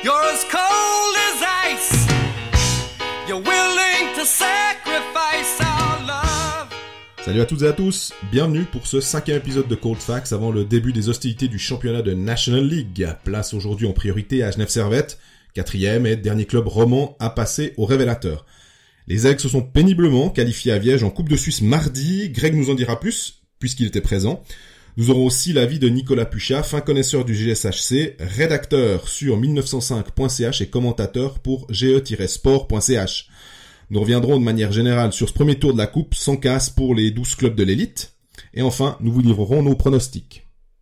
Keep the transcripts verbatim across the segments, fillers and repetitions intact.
You're as cold as ice. You're willing to sacrifice our love. Salut à toutes et à tous, bienvenue pour ce cinquième épisode de Cold Facts avant le début des hostilités du championnat de National League. Place aujourd'hui en priorité à Genève Servette, quatrième et dernier club roman à passer au révélateur. Les Aigles se sont péniblement qualifiés à Viège en Coupe de Suisse mardi, Greg nous en dira plus, puisqu'il était présent. Nous aurons aussi l'avis de Nicolas Puchat, fin connaisseur du G S H C, rédacteur sur mille neuf cent cinq point c h et commentateur pour g e sport point c h. Nous reviendrons de manière générale sur ce premier tour de la Coupe, sans casse pour les douze clubs de l'élite. Et enfin, nous vous livrerons nos pronostics.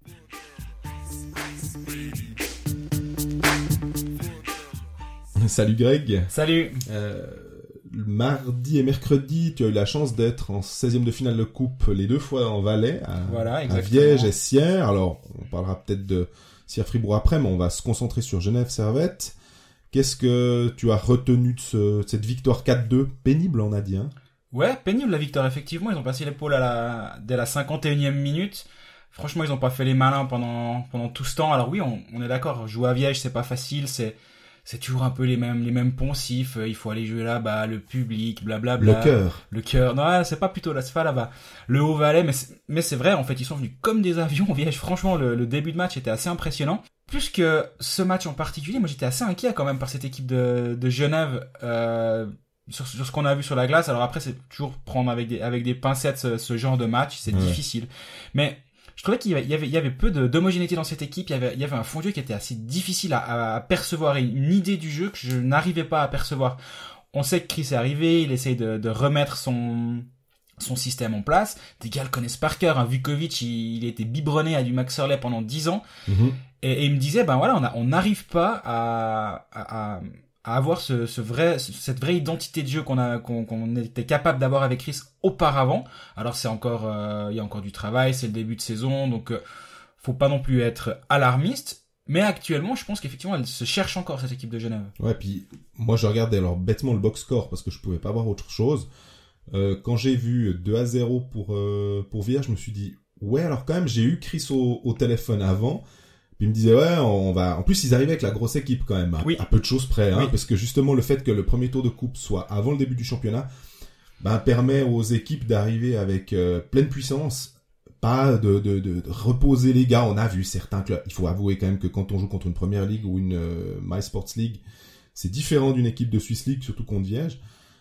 Salut Greg. Salut. Euh, mardi et mercredi, tu as eu la chance d'être en seizième de finale de Coupe les deux fois en Valais, à, voilà, à Viège et Sierre. Alors, on parlera peut-être de Sierre-Fribourg après, mais on va se concentrer sur Genève-Servette. Qu'est-ce que tu as retenu de, ce, de cette victoire quatre deux pénible, on a dit, hein? Ouais, pénible la victoire, effectivement. Ils ont passé l'épaule à la, dès la cinquante et unième minute. Franchement, ils ont pas fait les malins pendant, pendant tout ce temps. Alors oui, on, on est d'accord. Jouer à Viège, c'est pas facile. C'est, c'est toujours un peu les mêmes, les mêmes poncifs. Il faut aller jouer là-bas, le public, blablabla. Le cœur. Le cœur. Non, c'est pas plutôt là, c'est pas là-bas. Le Haut-Valais, mais c'est, mais c'est vrai, en fait, ils sont venus comme des avions. Viège, franchement, le, le début de match était assez impressionnant. Plus que ce match en particulier, moi j'étais assez inquiet quand même par cette équipe de, de Genève, euh, sur, sur ce qu'on a vu sur la glace. Alors après, c'est toujours prendre avec des, avec des pincettes ce, ce genre de match, c'est ouais. difficile. Mais je trouvais qu'il y avait, il y avait, il y avait peu de, d'homogénéité dans cette équipe. Il y avait, il y avait un fond de jeu qui était assez difficile à, à percevoir et une idée du jeu que je n'arrivais pas à percevoir. On sait que Chris est arrivé, il essaye de, de remettre son, son système en place. Des gars le connaissent par cœur, hein. Vukovic, il, il était biberonné à du Max Hurley pendant dix ans. Mm-hmm. Et, et il me disait, ben voilà, on n'arrive pas à, à, à avoir ce, ce vrai, cette vraie identité de jeu qu'on a, qu'on, qu'on était capable d'avoir avec Chris auparavant. Alors c'est encore, euh, il y a encore du travail, c'est le début de saison, donc euh, faut pas non plus être alarmiste. Mais actuellement, je pense qu'effectivement, elle se cherche encore cette équipe de Genève. Ouais, puis moi je regardais alors bêtement le box score parce que je pouvais pas voir autre chose. Euh, quand j'ai vu deux à zéro pour euh, pour Viège, je me suis dit ouais, alors quand même j'ai eu Chris au, au téléphone avant. Puis il me disait ouais, on va. En plus ils arrivaient avec la grosse équipe quand même, à, oui. à peu de choses près, hein, oui. parce que justement le fait que le premier tour de coupe soit avant le début du championnat, ben permet aux équipes d'arriver avec euh, pleine puissance, pas de, de, de, de reposer les gars. On a vu certains clubs. Il faut avouer quand même que quand on joue contre une Première Ligue ou une euh, MySports League, c'est différent d'une équipe de Swiss League, surtout contre Viège.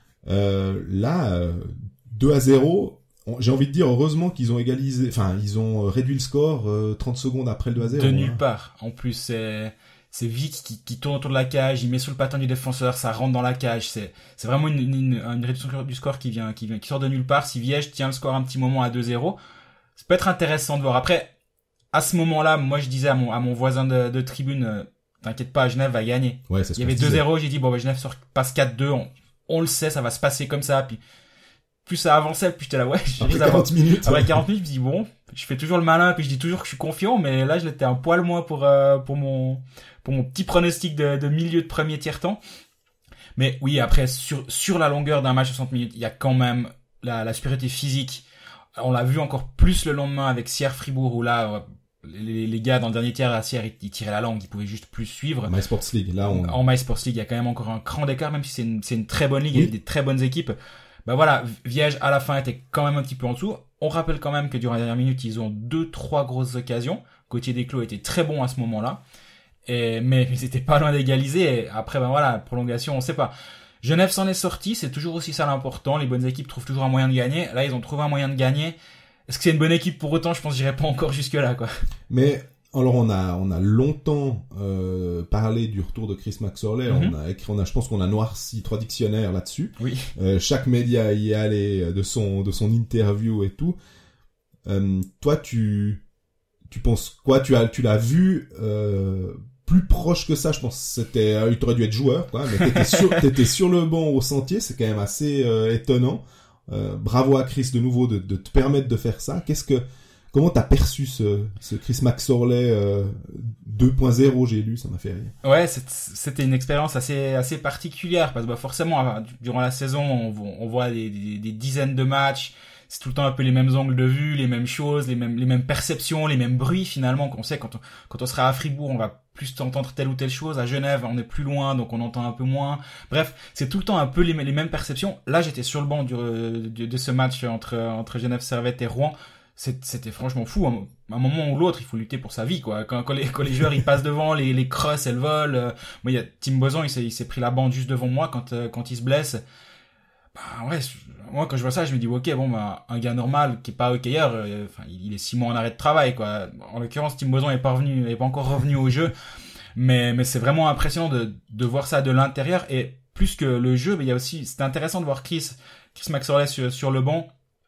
Euh, là, euh, deux à zéro. J'ai envie de dire, heureusement qu'ils ont égalisé, enfin, ils ont réduit le score euh, trente secondes après le deux à zéro. De nulle hein. part. En plus, c'est, c'est Vic qui, qui tourne autour de la cage, il met sous le patin du défenseur, ça rentre dans la cage. C'est, c'est vraiment une, une, une réduction du score qui vient, qui vient, qui sort de nulle part. Si Viège tient le score un petit moment à deux zéro, ça peut être intéressant de voir. Après, à ce moment-là, moi, je disais à mon, à mon voisin de, de tribune, euh, t'inquiète pas, Genève va gagner. Ouais, c'est ce Il y avait deux zéro, j'ai dit, bon, bah, Genève sort, passe quatre deux, on, on le sait, ça va se passer comme ça, puis, plus ça avançait, plus j'étais là, ouais, après quarante minutes. Après quarante minutes, je me dis bon, je fais toujours le malin, puis je dis toujours que je suis confiant, mais là, je l'étais un poil moins pour, euh, pour mon, pour mon petit pronostic de, de milieu de premier tiers-temps. Mais oui, après, sur, sur la longueur d'un match de soixante minutes, il y a quand même la, la supériorité physique. On l'a vu encore plus le lendemain avec Sierre-Fribourg, où là, les, les gars dans le dernier tiers à Sierre, ils, ils tiraient la langue, ils pouvaient juste plus suivre. MySports League, là, on... En MySports League, il y a quand même encore un cran d'écart, même si c'est une, c'est une très bonne ligue, oui. Il y a des très bonnes équipes. Bah voilà, Viège à la fin était quand même un petit peu en dessous. On rappelle quand même que durant les dernières minutes, ils ont deux, trois grosses occasions. Gauthier Desclos était très bon à ce moment-là. Et, mais ils étaient pas loin d'égaliser. Et après, ben voilà, prolongation, on sait pas. Genève s'en est sorti, c'est toujours aussi ça l'important. Les bonnes équipes trouvent toujours un moyen de gagner. Là, ils ont trouvé un moyen de gagner. Est-ce que c'est une bonne équipe pour autant? Je pense que j'irai pas encore jusque là, quoi. Mais, alors on a, on a longtemps, euh, parlé du retour de Chris Max Hurley. Mm-hmm. On a écrit, on a, je pense qu'on a noirci trois dictionnaires là-dessus. Oui. Euh, chaque média y est allé de son, de son interview et tout. Euh, toi, tu, tu penses quoi? Tu as, tu l'as vu, euh, plus proche que ça, je pense. C'était, euh, il t'aurait dû être joueur, quoi. Mais t'étais sur, t'étais sur le banc au Sentier. C'est quand même assez, euh, étonnant. Euh, bravo à Chris de nouveau de, de te permettre de faire ça. Qu'est-ce que, comment t'as perçu ce, ce Chris Max Hurley euh, deux point zéro, j'ai lu, ça m'a fait rire. Ouais, c'était une expérience assez assez particulière parce que bah forcément durant la saison on, on voit des, des, des dizaines de matchs, c'est tout le temps un peu les mêmes angles de vue, les mêmes choses, les mêmes les mêmes perceptions, les mêmes bruits finalement qu'on sait quand on quand on sera à Fribourg, on va plus entendre telle ou telle chose. À Genève, on est plus loin, donc on entend un peu moins. Bref, c'est tout le temps un peu les, les mêmes perceptions. Là, j'étais sur le banc du, de, de ce match entre entre Genève Servette et Rouen. C'était franchement fou. À un moment ou l'autre, il faut lutter pour sa vie, quoi. Quand, quand, les, quand les joueurs ils passent devant, les, les crosses elles volent. Euh, moi, il y a Tim Boson, il s'est, il s'est pris la bande juste devant moi quand, euh, quand il se blesse. Bah ouais, moi quand je vois ça, je me dis ok, bon bah un gars normal qui est pas hockeyeur, euh, enfin il, il est six mois en arrêt de travail, quoi. En l'occurrence, Tim Boson est pas revenu, est pas encore revenu au jeu, mais mais c'est vraiment impressionnant de de voir ça de l'intérieur. Et plus que le jeu, mais il y a aussi, c'était intéressant de voir Chris Chris Maxorley sur, sur le banc.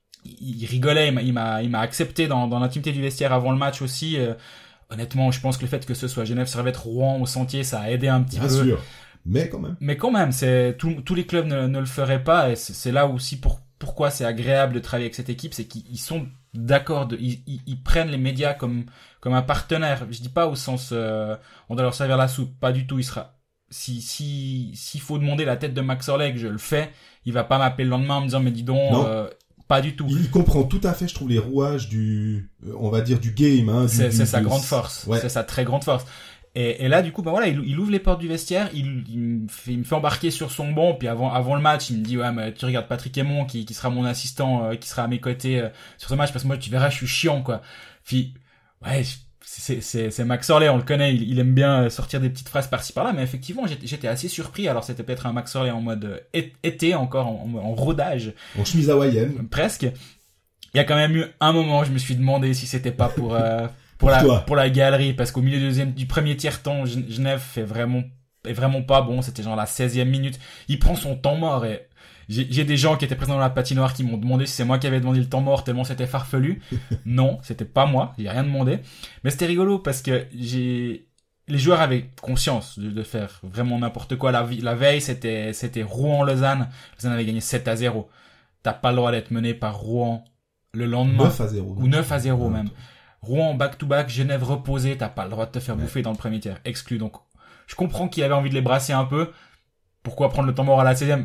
Il rigolait, il m'a, il m'a accepté dans, dans l'intimité du vestiaire avant le match aussi. Euh, honnêtement, je pense que le fait que ce soit Genève Servette Rouen au Sentier, ça a aidé un petit Bien peu. sûr, mais quand même. Mais quand même, c'est tout, tous les clubs ne, ne le feraient pas, et c'est, c'est là aussi pour, pourquoi c'est agréable de travailler avec cette équipe, c'est qu'ils sont d'accord, de, ils, ils, ils prennent les médias comme comme un partenaire. Je dis pas au sens euh, on doit leur servir la soupe, pas du tout. Il sera si si s'il faut demander la tête de Maxorley, que je le fais, il va pas m'appeler le lendemain en me disant mais dis donc. Euh, Pas du tout. Il comprend tout à fait, je trouve, les rouages du, on va dire, du game, hein. C'est, du, c'est du, sa du... grande force. Ouais. C'est sa très grande force. Et, et là, du coup, ben voilà, il, il ouvre les portes du vestiaire, il, il, me fait, il me fait embarquer sur son banc, puis avant, avant le match, il me dit, ouais, mais tu regardes Patrick Aymon, qui, qui sera mon assistant, euh, qui sera à mes côtés, euh, sur ce match, parce que moi, tu verras, je suis chiant, quoi. Puis, ouais, c'est, c'est, c'est Maxorley, on le connaît, il, il aime bien sortir des petites phrases par-ci par-là, mais effectivement, j'étais, j'étais assez surpris. Alors, c'était peut-être un Maxorley en mode été, encore, en, en rodage. En chemise hawaïenne. Presque. Il y a quand même eu un moment, je me suis demandé si c'était pas pour euh, pour, pour la toi. pour la galerie, parce qu'au milieu du deuxième du premier tiers-temps, Genève fait vraiment est vraiment pas bon. C'était genre la seizième minute. Il prend son temps mort et j'ai, j'ai des gens qui étaient présents dans la patinoire qui m'ont demandé si c'est moi qui avais demandé le temps mort tellement c'était farfelu. Non, c'était pas moi. J'ai rien demandé. Mais c'était rigolo parce que j'ai les joueurs avaient conscience de, de faire vraiment n'importe quoi. La, la veille, c'était c'était Rouen-Lausanne. Lausanne avait gagné sept à zéro. T'as pas le droit d'être mené par Rouen le lendemain. neuf à zéro. Ou neuf à zéro ouais. même. Rouen back-to-back, Genève reposé, t'as pas le droit de te faire ouais. bouffer dans le premier tiers. Exclu. Donc, je comprends qu'il avait envie de les brasser un peu. Pourquoi prendre le temps mort à la seizième?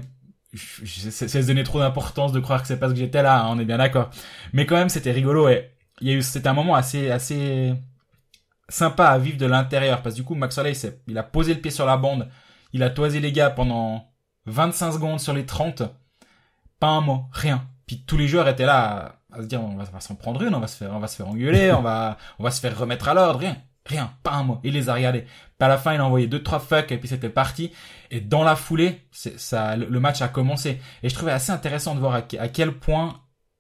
C'est se donner trop d'importance de croire que c'est parce que j'étais là, hein, on est bien d'accord. Mais quand même, c'était rigolo et il y a eu, c'était un moment assez, assez sympa à vivre de l'intérieur parce que du coup, Maxorley, il a posé le pied sur la bande, il a toisé les gars pendant vingt-cinq secondes sur les trente. Pas un mot, rien. Puis tous les joueurs étaient là à, à se dire on va, on va s'en prendre une, on va se faire on va se faire engueuler, on va on va se faire remettre à l'ordre, rien. Rien, pas un mot. Il les a regardés. Puis à la fin, il a envoyé deux trois fuck et puis c'était parti. Et dans la foulée, c'est, ça le, le match a commencé et je trouvais assez intéressant de voir à, à quel point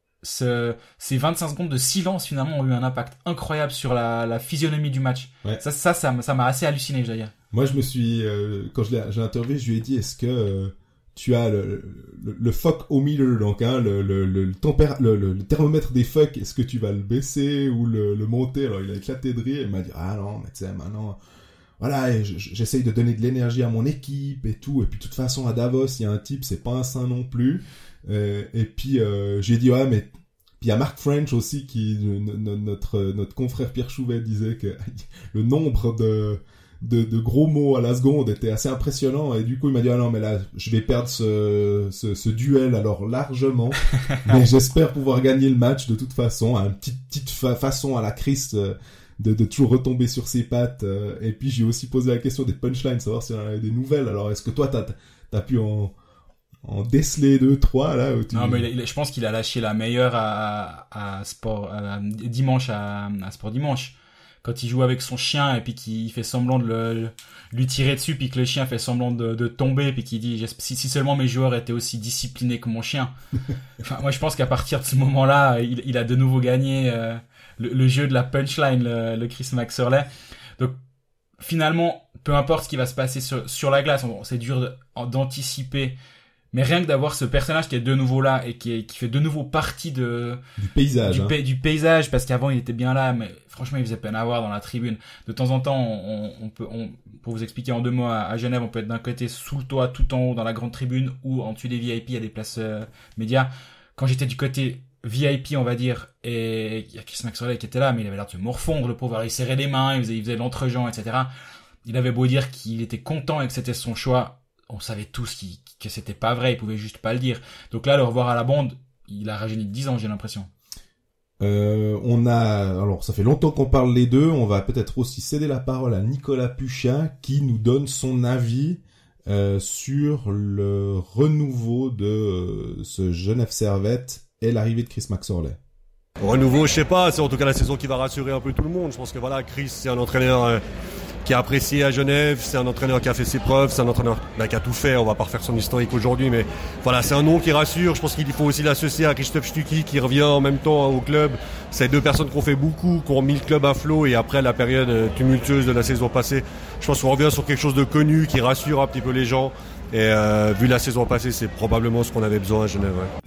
ce, ces vingt-cinq secondes de silence finalement ont eu un impact incroyable sur la, la physionomie du match. Ouais. Ça ça ça, ça m'a assez halluciné, je veux dire. Moi, je me suis euh, quand je l'ai j'ai interviewé, je lui ai dit est-ce que euh, tu as le, le, le fuck au milieu, donc hein, le, le, le, tempéra- le, le, le thermomètre des fuck, est-ce que tu vas le baisser ou le, le monter? Alors il a éclaté de rire, il m'a dit ah non, mais tu sais maintenant, voilà, j'essaye de donner de l'énergie à mon équipe et tout, et puis de toute façon à Davos, il y a un type, c'est pas un saint non plus, euh, et puis euh, j'ai dit ouais mais puis il y a Mark French aussi qui notre notre confrère Pierre Chouvet disait que le nombre de De, de gros mots à la seconde était assez impressionnant et du coup il m'a dit ah non mais là je vais perdre ce, ce, ce duel alors largement mais j'espère pouvoir gagner le match de toute façon, une petite, petite fa- façon à la Chris de, de toujours retomber sur ses pattes et puis j'ai aussi posé la question des punchlines, savoir s'il y en avait des nouvelles. Alors est-ce que toi t'as, t'as pu en, en déceler deux, trois là où tu... Non mais il, je pense qu'il a lâché la meilleure à, à, à Sport à, dimanche à, à Sport Dimanche. Quand il joue avec son chien et puis qu'il fait semblant de le, lui tirer dessus puis que le chien fait semblant de, de tomber puis qu'il dit si, si seulement mes joueurs étaient aussi disciplinés que mon chien. Enfin, moi je pense qu'à partir de ce moment-là il, il a de nouveau gagné euh, le, le jeu de la punchline, le, le Chris Maxorley. Donc finalement peu importe ce qui va se passer sur, sur la glace, bon, c'est dur de, d'anticiper. Mais rien que d'avoir ce personnage qui est de nouveau là et qui, est, qui fait de nouveau partie de du paysage, du, hein. pa- du paysage, parce qu'avant il était bien là, mais franchement il faisait peine à voir dans la tribune. De temps en temps, on, on peut, on, pour vous expliquer en deux mots, à, à Genève, on peut être d'un côté sous le toit, tout en haut dans la grande tribune, ou en dessus des V I P, il y a des places euh, médias. Quand j'étais du côté V I P, on va dire, et il y a Chris Maxorley qui était là, mais il avait l'air de se morfondre, le pauvre, il serrait les mains, il faisait, il faisait de l'entre-gens, et cetera. Il avait beau dire qu'il était content et que c'était son choix. On savait tous qu'il, que c'était pas vrai, il pouvait juste pas le dire. Donc là, le revoir à la bande, il a rajeuni de dix ans, j'ai l'impression. Euh, on a, alors ça fait longtemps qu'on parle les deux, on va peut-être aussi céder la parole à Nicolas Puchat qui nous donne son avis euh, sur le renouveau de euh, ce Genève Servette et l'arrivée de Chris Maxorley. Renouveau, je sais pas, c'est en tout cas la saison qui va rassurer un peu tout le monde. Je pense que voilà, Chris, c'est un entraîneur euh, qui est apprécié à Genève, c'est un entraîneur qui a fait ses preuves, c'est un entraîneur bah, qui a tout fait. On va pas refaire son historique aujourd'hui, mais voilà, c'est un nom qui rassure. Je pense qu'il faut aussi l'associer à Christophe Stucky qui revient en même temps au club. C'est deux personnes qui ont fait beaucoup, qui ont mis le club à flot, et après la période tumultueuse de la saison passée, je pense qu'on revient sur quelque chose de connu qui rassure un petit peu les gens. Et euh, vu la saison passée, c'est probablement ce qu'on avait besoin à Genève. Ouais.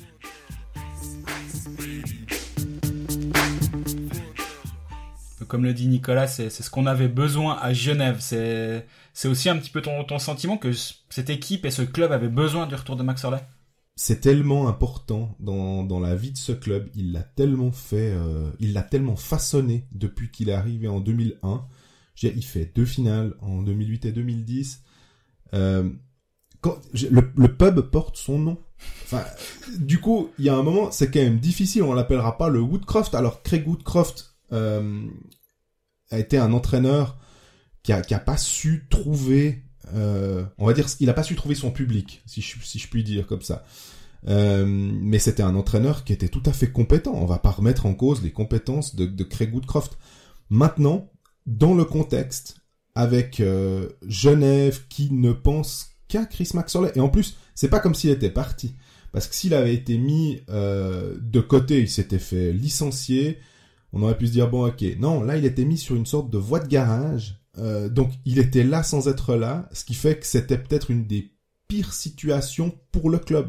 Comme le dit Nicolas, c'est, c'est ce qu'on avait besoin à Genève. C'est, c'est aussi un petit peu ton, ton sentiment que cette équipe et ce club avaient besoin du retour de Maxorley. C'est tellement important dans, dans la vie de ce club. Il l'a tellement fait, euh, il l'a tellement façonné depuis qu'il est arrivé en deux mille un. Je veux dire, il fait deux finales en deux mille huit et deux mille dix. Euh, quand, le, le pub porte son nom. Enfin, du coup, il y a un moment, c'est quand même difficile. On l'appellera pas le Woodcroft. Alors, Craig Woodcroft, euh, a été un entraîneur qui a, qui a pas su trouver, euh, on va dire, il a pas su trouver son public, si je, si je puis dire comme ça. Euh, mais c'était un entraîneur qui était tout à fait compétent. On va pas remettre en cause les compétences de, de Craig Woodcroft. Maintenant, dans le contexte, avec euh, Genève qui ne pense qu'à Chris Maxorley, et en plus, c'est pas comme s'il était parti, parce que s'il avait été mis euh, de côté, il s'était fait licencier. On aurait pu se dire, bon, ok. Non, là, il était mis sur une sorte de voie de garage. Euh, donc, il était là sans être là, ce qui fait que c'était peut-être une des pires situations pour le club.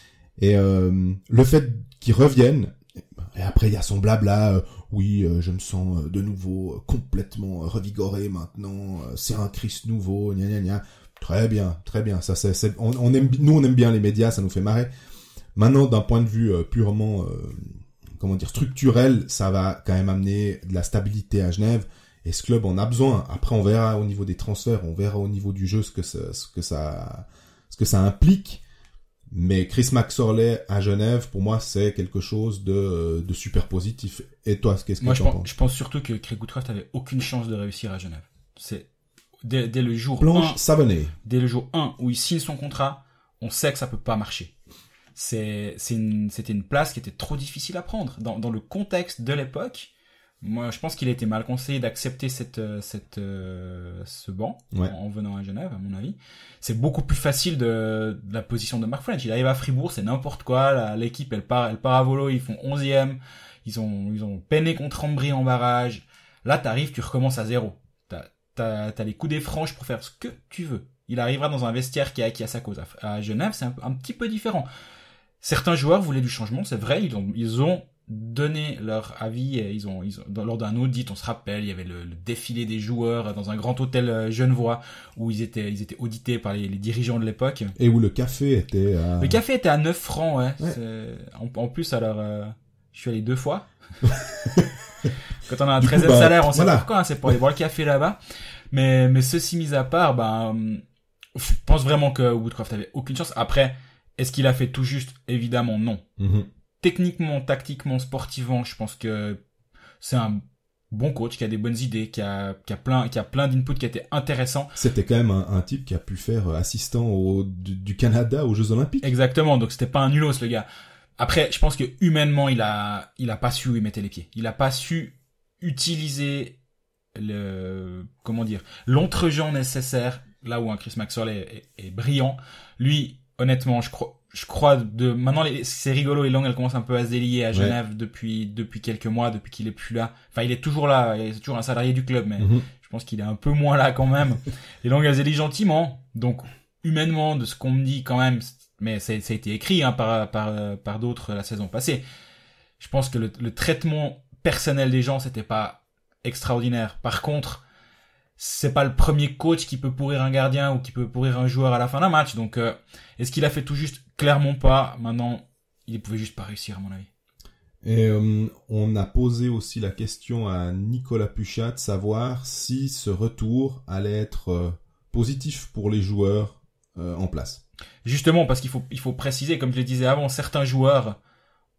Et euh, le fait qu'il revienne, et après, il y a son blabla, euh, oui, euh, je me sens de nouveau euh, complètement revigoré maintenant, euh, c'est un Chris nouveau, gna gna gna. Très bien, très bien. Ça, c'est, c'est, on, on aime, nous, on aime bien les médias, ça nous fait marrer. Maintenant, d'un point de vue euh, purement... Euh, comment dire, structurel, ça va quand même amener de la stabilité à Genève, et ce club en a besoin. Après, on verra au niveau des transferts, on verra au niveau du jeu ce que ça, ce que ça, ce que ça implique. Mais Chris Maxorley à Genève, pour moi, c'est quelque chose de, de super positif. Et toi, qu'est-ce que moi, tu en penses? Moi, je pense surtout que Craig Woodcroft avait aucune chance de réussir à Genève. C'est, dès, dès le jour Blanche un, Savonnet. Dès le jour un où il signe son contrat, on sait que ça peut pas marcher. C'est, c'est une, c'était une place qui était trop difficile à prendre. Dans, dans le contexte de l'époque, moi, je pense qu'il a été mal conseillé d'accepter cette, cette, euh, ce banc, ouais. en, en venant à Genève, à mon avis. C'est beaucoup plus facile de, de la position de Mark French. Il arrive à Fribourg, c'est n'importe quoi. La, l'équipe, elle part, elle part à volo, ils font onzième. Ils ont, ils ont peiné contre Ambry en barrage. Là, t'arrives, tu recommences à zéro. T'as, t'as, t'as les coups des franges pour faire ce que tu veux. Il arrivera dans un vestiaire qui a, qui a sa cause. À, à Genève, c'est un, un petit peu différent. Certains joueurs voulaient du changement, c'est vrai, ils ont, ils ont donné leur avis, et ils ont, ils ont, dans, lors d'un audit, on se rappelle, il y avait le, le défilé des joueurs dans un grand hôtel genevois, où ils étaient, ils étaient audités par les, les dirigeants de l'époque. Et où le café était à... Le café était à neuf francs, ouais. ouais. C'est, en, en plus, alors, euh, je suis allé deux fois. Quand on a un treizième coup, bah, salaire, on sait voilà. pourquoi, hein, c'est pour aller boire le café là-bas. Mais, mais ceci mis à part, ben, je pense vraiment que Woodcroft avait aucune chance. Après, est-ce qu'il a fait tout juste? Évidemment, non. Mm-hmm. Techniquement, tactiquement, sportivement, je pense que c'est un bon coach qui a des bonnes idées, qui a, qui a plein, qui a plein d'inputs qui étaient intéressants. C'était quand même un, un type qui a pu faire assistant au, du, du Canada aux Jeux Olympiques. Exactement. Donc c'était pas un nulos, le gars. Après, je pense que humainement, il a, il a pas su où il mettait les pieds. Il a pas su utiliser le, comment dire, l'entre-gens nécessaire là où un Chris Maxorley est, est brillant. Lui, honnêtement, je crois, je crois de, maintenant, les, c'est rigolo, les langues, elles commencent un peu à se délier à Genève ouais. depuis, depuis quelques mois, depuis qu'il est plus là. Enfin, il est toujours là, il est toujours un salarié du club, mais mm-hmm. je pense qu'il est un peu moins là quand même. Les langues, elles se délient gentiment. Donc, humainement, de ce qu'on me dit quand même, mais ça, ça a été écrit, hein, par, par, par d'autres la saison passée. Je pense que le, le traitement personnel des gens, c'était pas extraordinaire. Par contre, c'est pas le premier coach qui peut pourrir un gardien ou qui peut pourrir un joueur à la fin d'un match. Donc, euh, est-ce qu'il a fait tout juste? Clairement pas. Maintenant, il pouvait juste pas réussir, à mon avis. Et euh, on a posé aussi la question à Nicolas Puchat de savoir si ce retour allait être euh, positif pour les joueurs euh, en place. Justement, parce qu'il faut, il faut préciser, comme je le disais avant, certains joueurs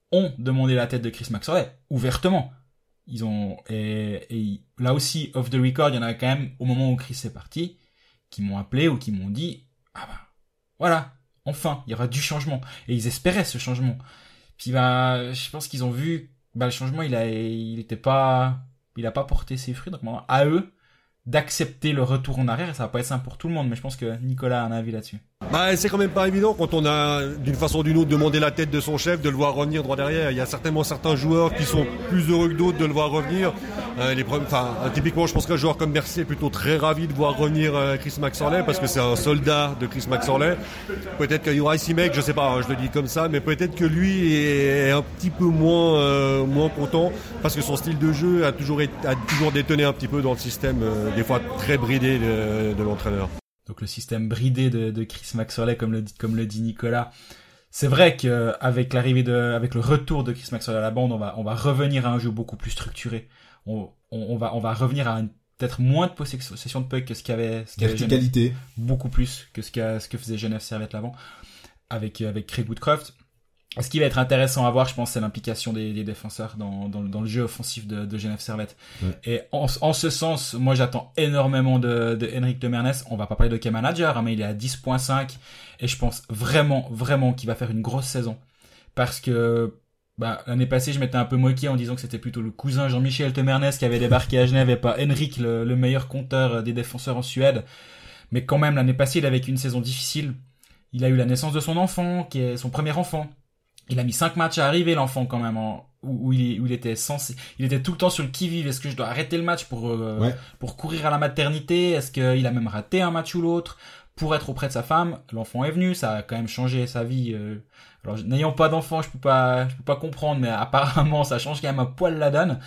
ont demandé la tête de Chris Maxwell, ouvertement. Ils ont, et, et là aussi, off the record, il y en a quand même, au moment où Chris est parti, qui m'ont appelé ou qui m'ont dit, ah bah, voilà, enfin, il y aura du changement. Et ils espéraient ce changement. Puis bah, je pense qu'ils ont vu, bah, le changement, il a, il était pas, il a pas porté ses fruits. Donc maintenant, à eux d'accepter le retour en arrière. Et ça va pas être simple pour tout le monde, mais je pense que Nicolas a un avis là-dessus. Bah, c'est quand même pas évident quand on a, d'une façon ou d'une autre, demandé la tête de son chef, de le voir revenir droit derrière. Il y a certainement certains joueurs qui sont plus heureux que d'autres de le voir revenir. Euh, les problèmes, enfin, typiquement, je pense qu'un joueur comme Mercier est plutôt très ravi de voir revenir euh, Chris Maxorley parce que c'est un soldat de Chris Maxorley. Peut-être que Juraj Simek, je sais pas, hein, je le dis comme ça, mais peut-être que lui est un petit peu moins, euh, moins content parce que son style de jeu a toujours, été, a toujours détonné un petit peu dans le système, euh, des fois très bridé de, de l'entraîneur. Donc le système bridé de, de Chris Maxorley, comme le dit, comme le dit Nicolas. C'est vrai que avec l'arrivée de, avec le retour de Chris Maxorley à la bande, on va, on va revenir à un jeu beaucoup plus structuré. On, on, on va, on va revenir à une, peut-être moins de possession de puck que ce qu'avait, ce qu'avait verticalité. Genève, beaucoup plus que ce qu'a, ce que faisait Genève Servette l'avant, avec, avec Craig Woodcroft. Ce qui va être intéressant à voir, je pense, c'est l'implication des, des défenseurs dans, dans, dans le jeu offensif de, de Genève Servette. Ouais. Et en, en ce sens, moi, j'attends énormément de, de Henrik Temernes. On va pas parler de Key Manager, hein, mais il est à dix virgule cinq. Et je pense vraiment, vraiment qu'il va faire une grosse saison. Parce que, bah, l'année passée, je m'étais un peu moqué en disant que c'était plutôt le cousin Jean-Michel Temernes qui avait débarqué à Genève et pas Henrik, le, le meilleur compteur des défenseurs en Suède. Mais quand même, l'année passée, il avait une saison difficile. Il a eu la naissance de son enfant, qui est son premier enfant. Il a mis cinq matchs à arriver, l'enfant, quand même, en, où, où, il, où il était censé, il était tout le temps sur le qui-vive. Est-ce que je dois arrêter le match pour, euh, ouais. pour courir à la maternité? Est-ce qu'il a même raté un match ou l'autre pour être auprès de sa femme? L'enfant est venu, ça a quand même changé sa vie. Euh. Alors, n'ayant pas d'enfant, je peux pas, je peux pas comprendre, mais apparemment, ça change quand même un poil la donne.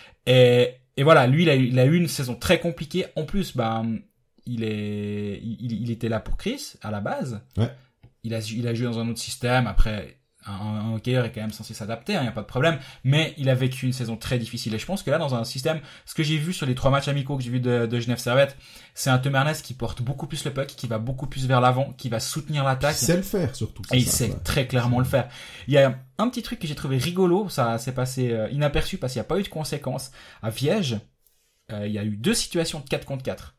Et, et voilà, lui, il a, il a eu une saison très compliquée. En plus, bah, il est, il, il était là pour Chris, à la base. Ouais. Il a, il a joué dans un autre système, après, un, un hockeyeur est quand même censé s'adapter, il hein, n'y a pas de problème, mais il a vécu une saison très difficile et je pense que là dans un système, ce que j'ai vu sur les trois matchs amicaux que j'ai vu de, de Genève Servette, c'est un Temernes qui porte beaucoup plus le puck, qui va beaucoup plus vers l'avant, qui va soutenir l'attaque. Il sait le faire surtout. Et il ça, sait ouais. très clairement le faire. Il y a un petit truc que j'ai trouvé rigolo, ça s'est passé euh, inaperçu parce qu'il n'y a pas eu de conséquences. À Viège, euh, il y a eu deux situations de quatre contre quatre.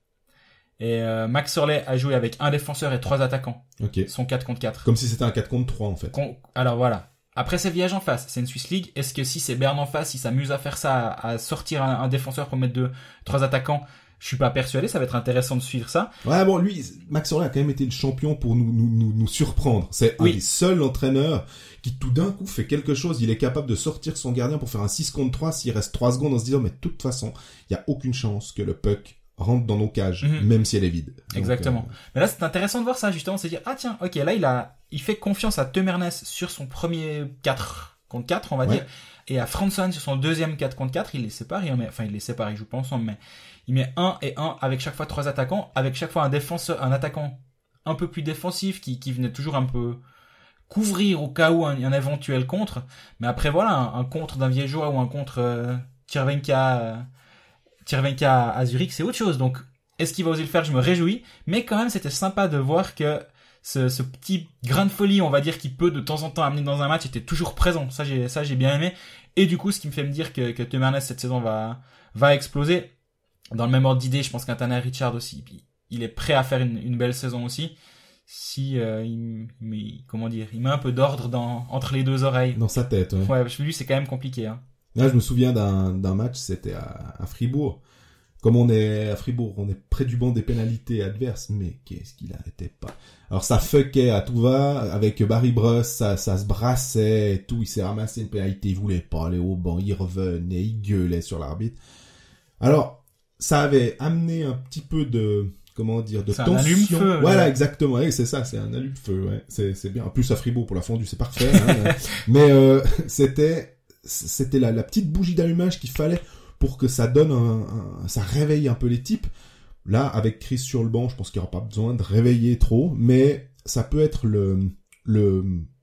Et euh, Maxorley a joué avec un défenseur et trois attaquants. Ok. Son quatre contre quatre. Comme si c'était un quatre contre trois en fait. Con... Alors voilà. Après c'est Viège en face, c'est une Swiss League. Est-ce que si c'est Berne en face, il s'amuse à faire ça, à, à sortir un, un défenseur pour mettre deux, trois attaquants, je suis pas persuadé. Ça va être intéressant de suivre ça. Ouais bon, lui, Maxorley a quand même été le champion pour nous nous nous, nous surprendre. C'est oui. un des seuls entraîneurs qui tout d'un coup fait quelque chose. Il est capable de sortir son gardien pour faire un six contre trois s'il reste trois secondes en se disant mais de toute façon, il y a aucune chance que le puck rentre dans nos cages, mmh. même si elle est vide. Donc, exactement. Euh... Mais là, c'est intéressant de voir ça, justement, c'est dire, ah tiens, ok, là, il a, il fait confiance à Temernes sur son premier quatre contre quatre, on va ouais. dire, et à Franson sur son deuxième quatre contre quatre, il les sépare, il met, enfin, il les sépare, ils jouent pas ensemble, mais il met un et un avec chaque fois trois attaquants, avec chaque fois un défenseur, un attaquant un peu plus défensif, qui, qui venait toujours un peu couvrir au cas où un, un éventuel contre, mais après, voilà, un, un contre d'un Viégeois ou un contre, euh, Tchervenka, euh, Tchervenka à Zurich, c'est autre chose. Donc, est-ce qu'il va oser le faire? Je me réjouis. Mais quand même, c'était sympa de voir que ce, ce petit grain de folie, on va dire, qui peut de temps en temps amener dans un match, était toujours présent. Ça, j'ai, ça, j'ai bien aimé. Et du coup, ce qui me fait me dire que, que Temernes, cette saison, va, va exploser. Dans le même ordre d'idée, je pense qu'un Tanner Richard aussi, il est prêt à faire une, une belle saison aussi. Si, euh, il, il, comment dire, il met un peu d'ordre dans, entre les deux oreilles. Dans sa tête, ouais. Ouais, parce que lui, c'est quand même compliqué, hein. Là, je me souviens d'un, d'un match, c'était à, à Fribourg. Comme on est à Fribourg, on est près du banc des pénalités adverses, mais qu'est-ce qu'il arrêtait pas. Alors ça fuckait à tout va, avec Barry Bruss, ça, ça se brassait et tout, il s'est ramassé une pénalité, il voulait pas aller au banc, il revenait, il gueulait sur l'arbitre. Alors, ça avait amené un petit peu de, comment dire, de c'est tension. Un allume-feu. Voilà, ouais. exactement, ouais, c'est ça, c'est un allume-feu, ouais. C'est, c'est bien. En plus, à Fribourg, pour la fondue, c'est parfait, hein. Mais, euh, c'était, c'était la, la petite bougie d'allumage qu'il fallait pour que ça donne un, un, ça réveille un peu les types. Là, avec Chris sur le banc, je pense qu'il n'y aura pas besoin de réveiller trop, mais ça peut être le, le,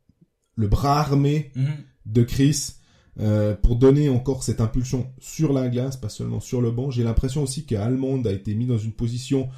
le bras armé mm-hmm. de Chris, euh, pour donner encore cette impulsion sur la glace, pas seulement sur le banc. J'ai l'impression aussi qu'Almond a été mis dans une position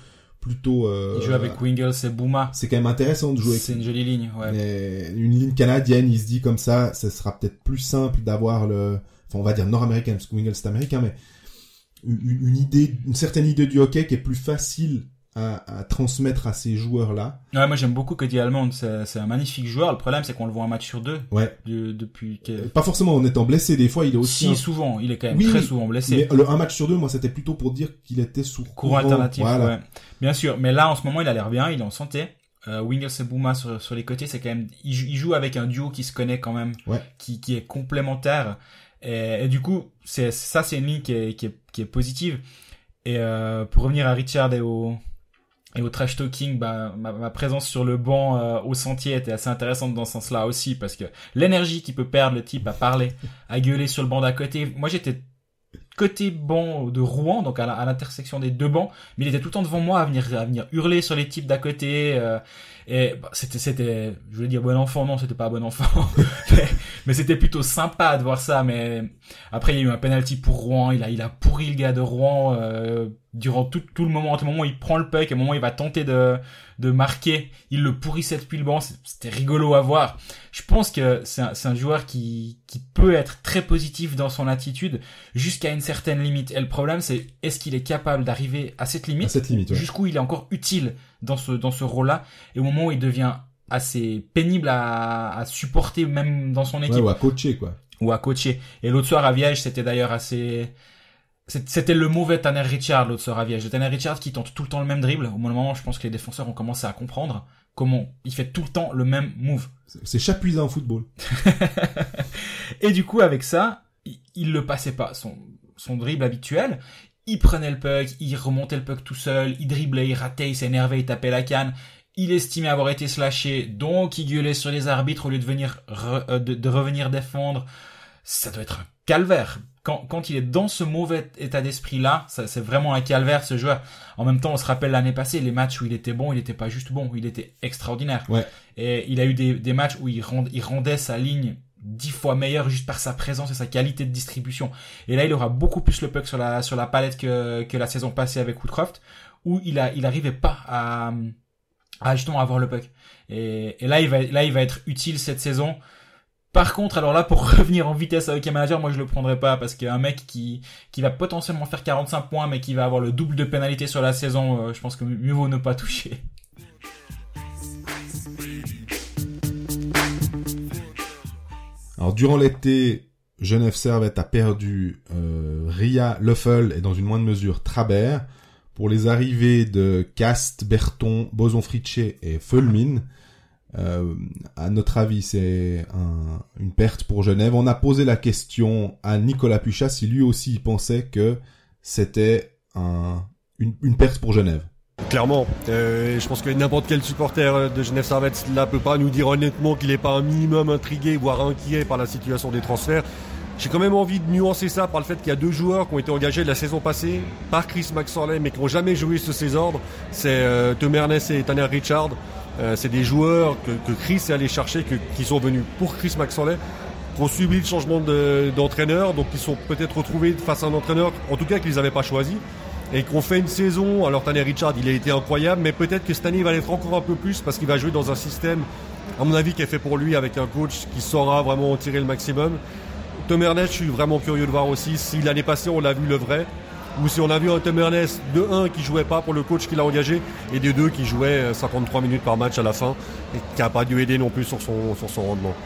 plutôt... Euh, il joue avec Wingles et Bouma. C'est quand même intéressant de jouer avec... C'est une jolie ligne, ouais. Mais une ligne canadienne, il se dit comme ça, ça sera peut-être plus simple d'avoir le... Enfin, on va dire nord-américain, parce que Wingles c'est américain, mais une, une idée, une certaine idée du hockey qui est plus facile à, à transmettre à ces joueurs-là. Ouais, moi j'aime beaucoup Cody Almond, c'est, c'est un magnifique joueur. Le problème c'est qu'on le voit un match sur deux. Ouais. De, depuis que... Pas forcément en étant blessé, des fois il est aussi... Si, un... souvent, il est quand même oui, très oui, souvent blessé. Mais le un match sur deux, moi c'était plutôt pour dire qu'il était sous Courant courant alternatif, voilà. ouais. Bien sûr, mais là en ce moment il a l'air bien, il est en santé. Euh, Wingles et Bouma sur, sur les côtés, c'est quand même... Il, il joue avec un duo qui se connaît quand même, ouais. qui, qui est complémentaire. Et, et du coup, c'est, ça c'est une ligne qui est, qui est, qui est positive. Et euh, pour revenir à Richard et au... Et au trash talking, bah, ma, ma présence sur le banc euh, au sentier était assez intéressante dans ce sens-là aussi, parce que l'énergie qu'il peut perdre le type à parler, à gueuler sur le banc d'à côté. Moi, j'étais côté banc de Rouen, donc à, la, à l'intersection des deux bancs, mais il était tout le temps devant moi à venir à venir hurler sur les types d'à côté. Euh, et bah, c'était c'était, je voulais dire bon enfant, non, c'était pas bon enfant, mais, mais c'était plutôt sympa de voir ça. Mais après, il y a eu un penalty pour Rouen, il a il a pourri le gars de Rouen. Euh, durant tout, tout le moment, à tout moment où il prend le puck, à un moment où il va tenter de, de marquer, il le pourrissait depuis le banc, c'était rigolo à voir. Je pense que c'est un, c'est un joueur qui, qui peut être très positif dans son attitude jusqu'à une certaine limite. Et le problème, c'est est-ce qu'il est capable d'arriver à cette limite, à cette limite ouais. jusqu'où il est encore utile dans ce, dans ce rôle-là, et au moment où il devient assez pénible à, à supporter même dans son équipe. Ouais, ou à coacher, quoi. Ou à coacher. Et l'autre soir à Viège, c'était d'ailleurs assez... C'était le mauvais Tanner Richard l'autre soir à Viège. Le Tanner Richard qui tente tout le temps le même dribble. Au moment, je pense que les défenseurs ont commencé à comprendre comment il fait tout le temps le même move. C'est chapuisant en football. Et du coup, avec ça, il, il le passait pas. Son, son dribble habituel, il prenait le puck, il remontait le puck tout seul, il driblait, il ratait, il s'énervait, il tapait la canne. Il estimait avoir été slashé, donc il gueulait sur les arbitres au lieu de venir re, euh, de, de revenir défendre. Ça doit être un calvaire. Quand, quand il est dans ce mauvais état d'esprit-là, ça, c'est vraiment un calvaire, ce joueur. En même temps, on se rappelle l'année passée, les matchs où il était bon, il était pas juste bon, il était extraordinaire. Ouais. Et il a eu des, des matchs où il, rend, il rendait sa ligne dix fois meilleure juste par sa présence et sa qualité de distribution. Et là, il aura beaucoup plus le puck sur la, sur la palette que, que la saison passée avec Woodcroft, où il a, il arrivait pas à, à justement avoir le puck. Et, et là, il va, là, il va être utile cette saison. Par contre, alors là, pour revenir en vitesse à Hockey Manager, moi je le prendrais pas parce qu'un mec qui qui va potentiellement faire quarante-cinq points, mais qui va avoir le double de pénalité sur la saison, euh, je pense que mieux vaut ne pas toucher. Alors durant l'été, Genève Servette a perdu euh, Ria, Löffel et dans une moindre mesure Trabert pour les arrivées de Cast, Berton, Boson-Fritché et Fulmin. Euh, à notre avis, c'est un, une perte pour Genève. On a posé la question à Nicolas Puchat si lui aussi pensait que c'était un, une, une perte pour Genève. Clairement, euh, je pense que n'importe quel supporter de Genève Servette là peut pas nous dire honnêtement qu'il est pas un minimum intrigué, voire inquiet par la situation des transferts. J'ai quand même envie de nuancer ça par le fait qu'il y a deux joueurs qui ont été engagés la saison passée par Chris McSorley mais qui n'ont jamais joué sous ses ordres. C'est euh, Tom Ernest et Tanner Richard. Euh, c'est des joueurs que, que Chris est allé chercher, que, qui sont venus pour Chris McSorley, qui ont subi le changement de, d'entraîneur, donc qui sont peut-être retrouvés face à un entraîneur, en tout cas qu'ils n'avaient pas choisi, et qui ont fait une saison. Alors Tanner Richard, il a été incroyable, mais peut-être que cette année il va l'être encore un peu plus parce qu'il va jouer dans un système, à mon avis, qui est fait pour lui, avec un coach qui saura vraiment en tirer le maximum. Tom Ernest, je suis vraiment curieux de voir aussi si l'année passée on l'a vu le vrai, ou si on a vu un Tom Ernest de un qui jouait pas pour le coach qui l'a engagé et des deux qui jouait cinquante-trois minutes par match à la fin et qui n'a pas dû aider non plus sur son, sur son rendement.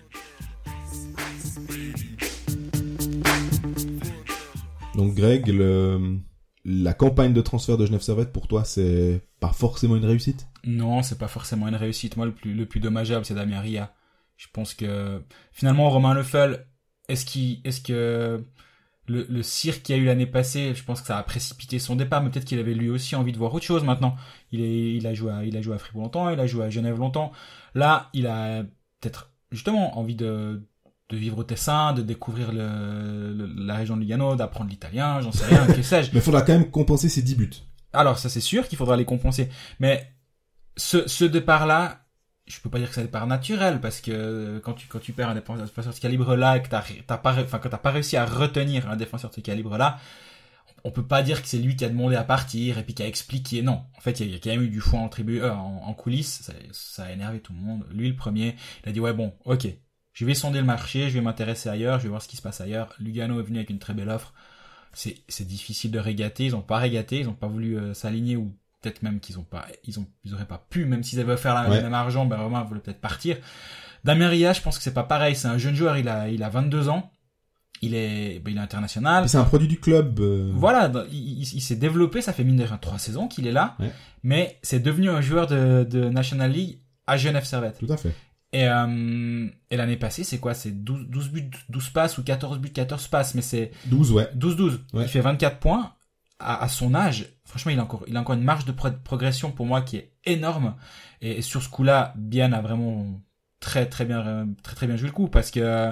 Donc Greg, le, la campagne de transfert de Genève Servette pour toi c'est pas forcément une réussite ? Non, c'est pas forcément une réussite. Moi le plus, le plus dommageable c'est Damien Ria. Je pense que finalement Romain Löffel, est-ce qu'il, est-ce que Le, le cirque qu'il y a eu l'année passée, je pense que ça a précipité son départ, mais peut-être qu'il avait lui aussi envie de voir autre chose maintenant. Il est, il a joué à, il a joué à Fribourg longtemps, il a joué à Genève longtemps. Là, il a peut-être, justement, envie de, de vivre au Tessin, de découvrir le, le la région de Lugano, d'apprendre l'italien, j'en sais rien, que sais-je. Mais il faudra quand même compenser ses dix buts. Alors, ça c'est sûr qu'il faudra les compenser. Mais, ce, ce départ-là, je peux pas dire que c'est un départ naturel parce que quand tu quand tu perds un défenseur de ce calibre là et que t'as t'as pas enfin quand t'as pas réussi à retenir un défenseur de ce calibre là, on peut pas dire que c'est lui qui a demandé à partir et puis qui a expliqué. Non, en fait, il y a, il y a quand même eu du foin en tribu, euh, en, en coulisses. Ça, ça a énervé tout le monde. Lui, le premier, il a dit ouais bon, ok, je vais sonder le marché, je vais m'intéresser ailleurs, je vais voir ce qui se passe ailleurs. Lugano est venu avec une très belle offre. C'est, c'est difficile de régater. Ils ont pas régaté, ils ont pas voulu euh, s'aligner ou peut-être même qu'ils ont pas, ils ont, ils auraient pas pu, même s'ils avaient offert la, ouais. le même argent, ben vraiment, ils voulaient peut-être partir. Dameria, je pense que c'est pas pareil. C'est un jeune joueur, il a, il a vingt-deux ans. Il est, ben, il est international. Et c'est un produit du club. Euh... Voilà, il, il, il s'est développé. Ça fait mine de rien trois saisons qu'il est là. Ouais. Mais c'est devenu un joueur de, de National League à Genève Servette. Tout à fait. Et, euh, et l'année passée, c'est quoi? C'est douze, douze buts, douze passes ou quatorze buts, quatorze passes. Mais c'est douze, ouais. douze douze. Ouais. Il fait vingt-quatre points. À, à son âge, franchement, il a encore, il a encore une marge de pro- progression pour moi qui est énorme. Et, et sur ce coup-là, Bien a vraiment très, très bien, très, très bien joué le coup parce que, euh,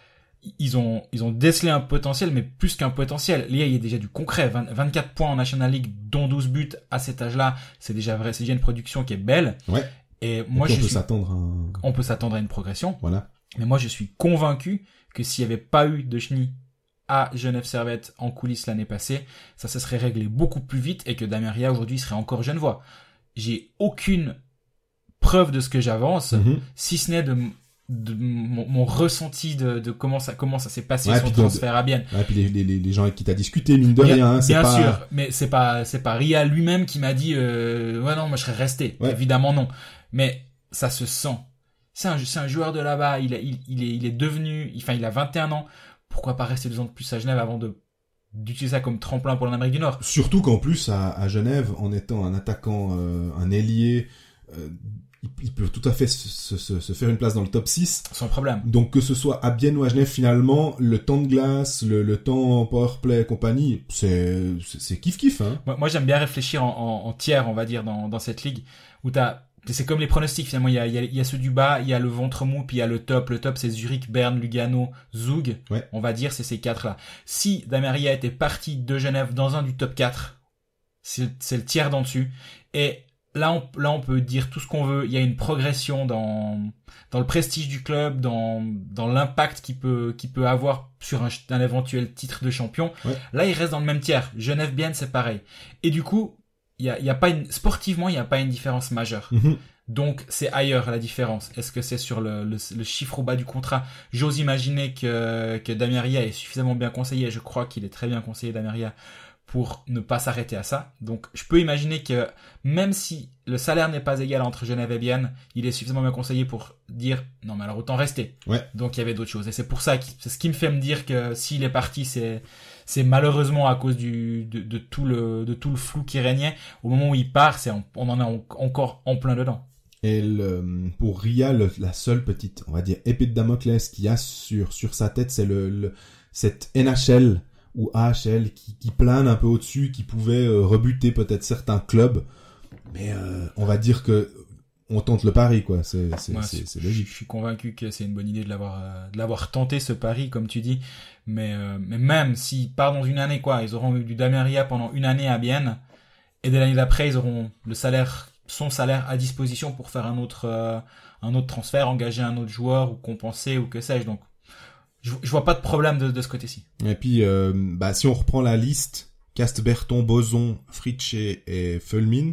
ils ont, ils ont décelé un potentiel, mais plus qu'un potentiel. Là, il y a déjà du concret. vingt, vingt-quatre points en National League, dont douze buts à cet âge-là. C'est déjà vrai, c'est déjà une production qui est belle. Ouais. Et moi, et je on peut suis, s'attendre à un... on peut s'attendre à une progression. Voilà. Mais moi, je suis convaincu que s'il n'y avait pas eu de Chenille à Genève Servette en coulisses l'année passée, ça se serait réglé beaucoup plus vite et que Dameria aujourd'hui serait encore genevois. J'ai aucune preuve de ce que j'avance, Mm-hmm. si ce n'est de, de mon, mon ressenti de, de comment ça, comment ça s'est passé Ouais, son puis transfert de... à Bienne. Ouais, puis les, les, les gens avec qui t'as discuté, mine de bien, rien, hein, c'est bien pas... sûr, mais c'est pas, c'est pas Ria lui-même qui m'a dit, euh, ouais non, moi je serais resté. Ouais. Évidemment non. Mais ça se sent. C'est un, c'est un joueur de là-bas, il, a, il, il est, il est devenu, enfin il a vingt et un ans. Pourquoi pas rester deux ans de plus à Genève avant de d'utiliser ça comme tremplin pour l'Amérique du Nord? Surtout qu'en plus, à, à Genève, en étant un attaquant, euh, un ailier, euh, il, il peut tout à fait se, se, se faire une place dans le top six. Sans problème. Donc que ce soit à Bienne ou à Genève, finalement, le temps de glace, le, le temps en powerplay et compagnie, c'est, c'est, c'est kiff-kiff. Hein. Moi, moi, j'aime bien réfléchir en, en, en tiers, on va dire, dans, dans cette ligue, où t'as... C'est comme les pronostics, finalement. Il y a, il y a, il y a ceux du bas, il y a le ventre mou, puis il y a le top. Le top, c'est Zurich, Berne, Lugano, Zug. Ouais. On va dire, c'est ces quatre-là. Si Dameria était parti de Genève dans un du top quatre, c'est, c'est le tiers d'en dessus. Et là, on, là, on peut dire tout ce qu'on veut. Il y a une progression dans, dans le prestige du club, dans, dans l'impact qu'il peut, qu'il peut avoir sur un, un éventuel titre de champion. Ouais. Là, il reste dans le même tiers. Genève-Bienne, c'est pareil. Et du coup, il y a, il y a pas une, sportivement, il n'y a pas une différence majeure. Mm-hmm. Donc, c'est ailleurs la différence. Est-ce que c'est sur le, le, le chiffre au bas du contrat? J'ose imaginer que, que Dameria est suffisamment bien conseillé. Je crois qu'il est très bien conseillé, Dameria, pour ne pas s'arrêter à ça. Donc, je peux imaginer que même si le salaire n'est pas égal entre Genève et Bienne, il est suffisamment bien conseillé pour dire non, mais alors autant rester. Ouais. Donc, il y avait d'autres choses. Et c'est pour ça que c'est ce qui me fait me dire que s'il est parti, c'est c'est malheureusement à cause du de, de tout le de tout le flou qui régnait. Au moment où il part, c'est on, on en est encore en plein dedans. Et le, pour Ria, le, la seule petite, on va dire, épée de Damoclès qu'il y a sur, sur sa tête, c'est le, le, cette N H L ou A H L qui, qui plane un peu au-dessus, qui pouvait euh, rebuter peut-être certains clubs. Mais euh, on va dire que on tente le pari, quoi. C'est, c'est, Moi, c'est, c'est logique. Je suis convaincu que c'est une bonne idée de l'avoir, euh, de l'avoir tenté ce pari, comme tu dis. Mais, euh, mais même s'ils partent dans une année, quoi, ils auront eu du Dameria pendant une année à Bienne, et dès l'année d'après, ils auront le salaire, son salaire à disposition pour faire un autre, euh, un autre transfert, engager un autre joueur ou compenser ou que sais-je. Donc, je, je vois pas de problème de, de ce côté-ci. Et puis, euh, bah, si on reprend la liste, Cast, Berton, Boson, Fritché et Fulmin,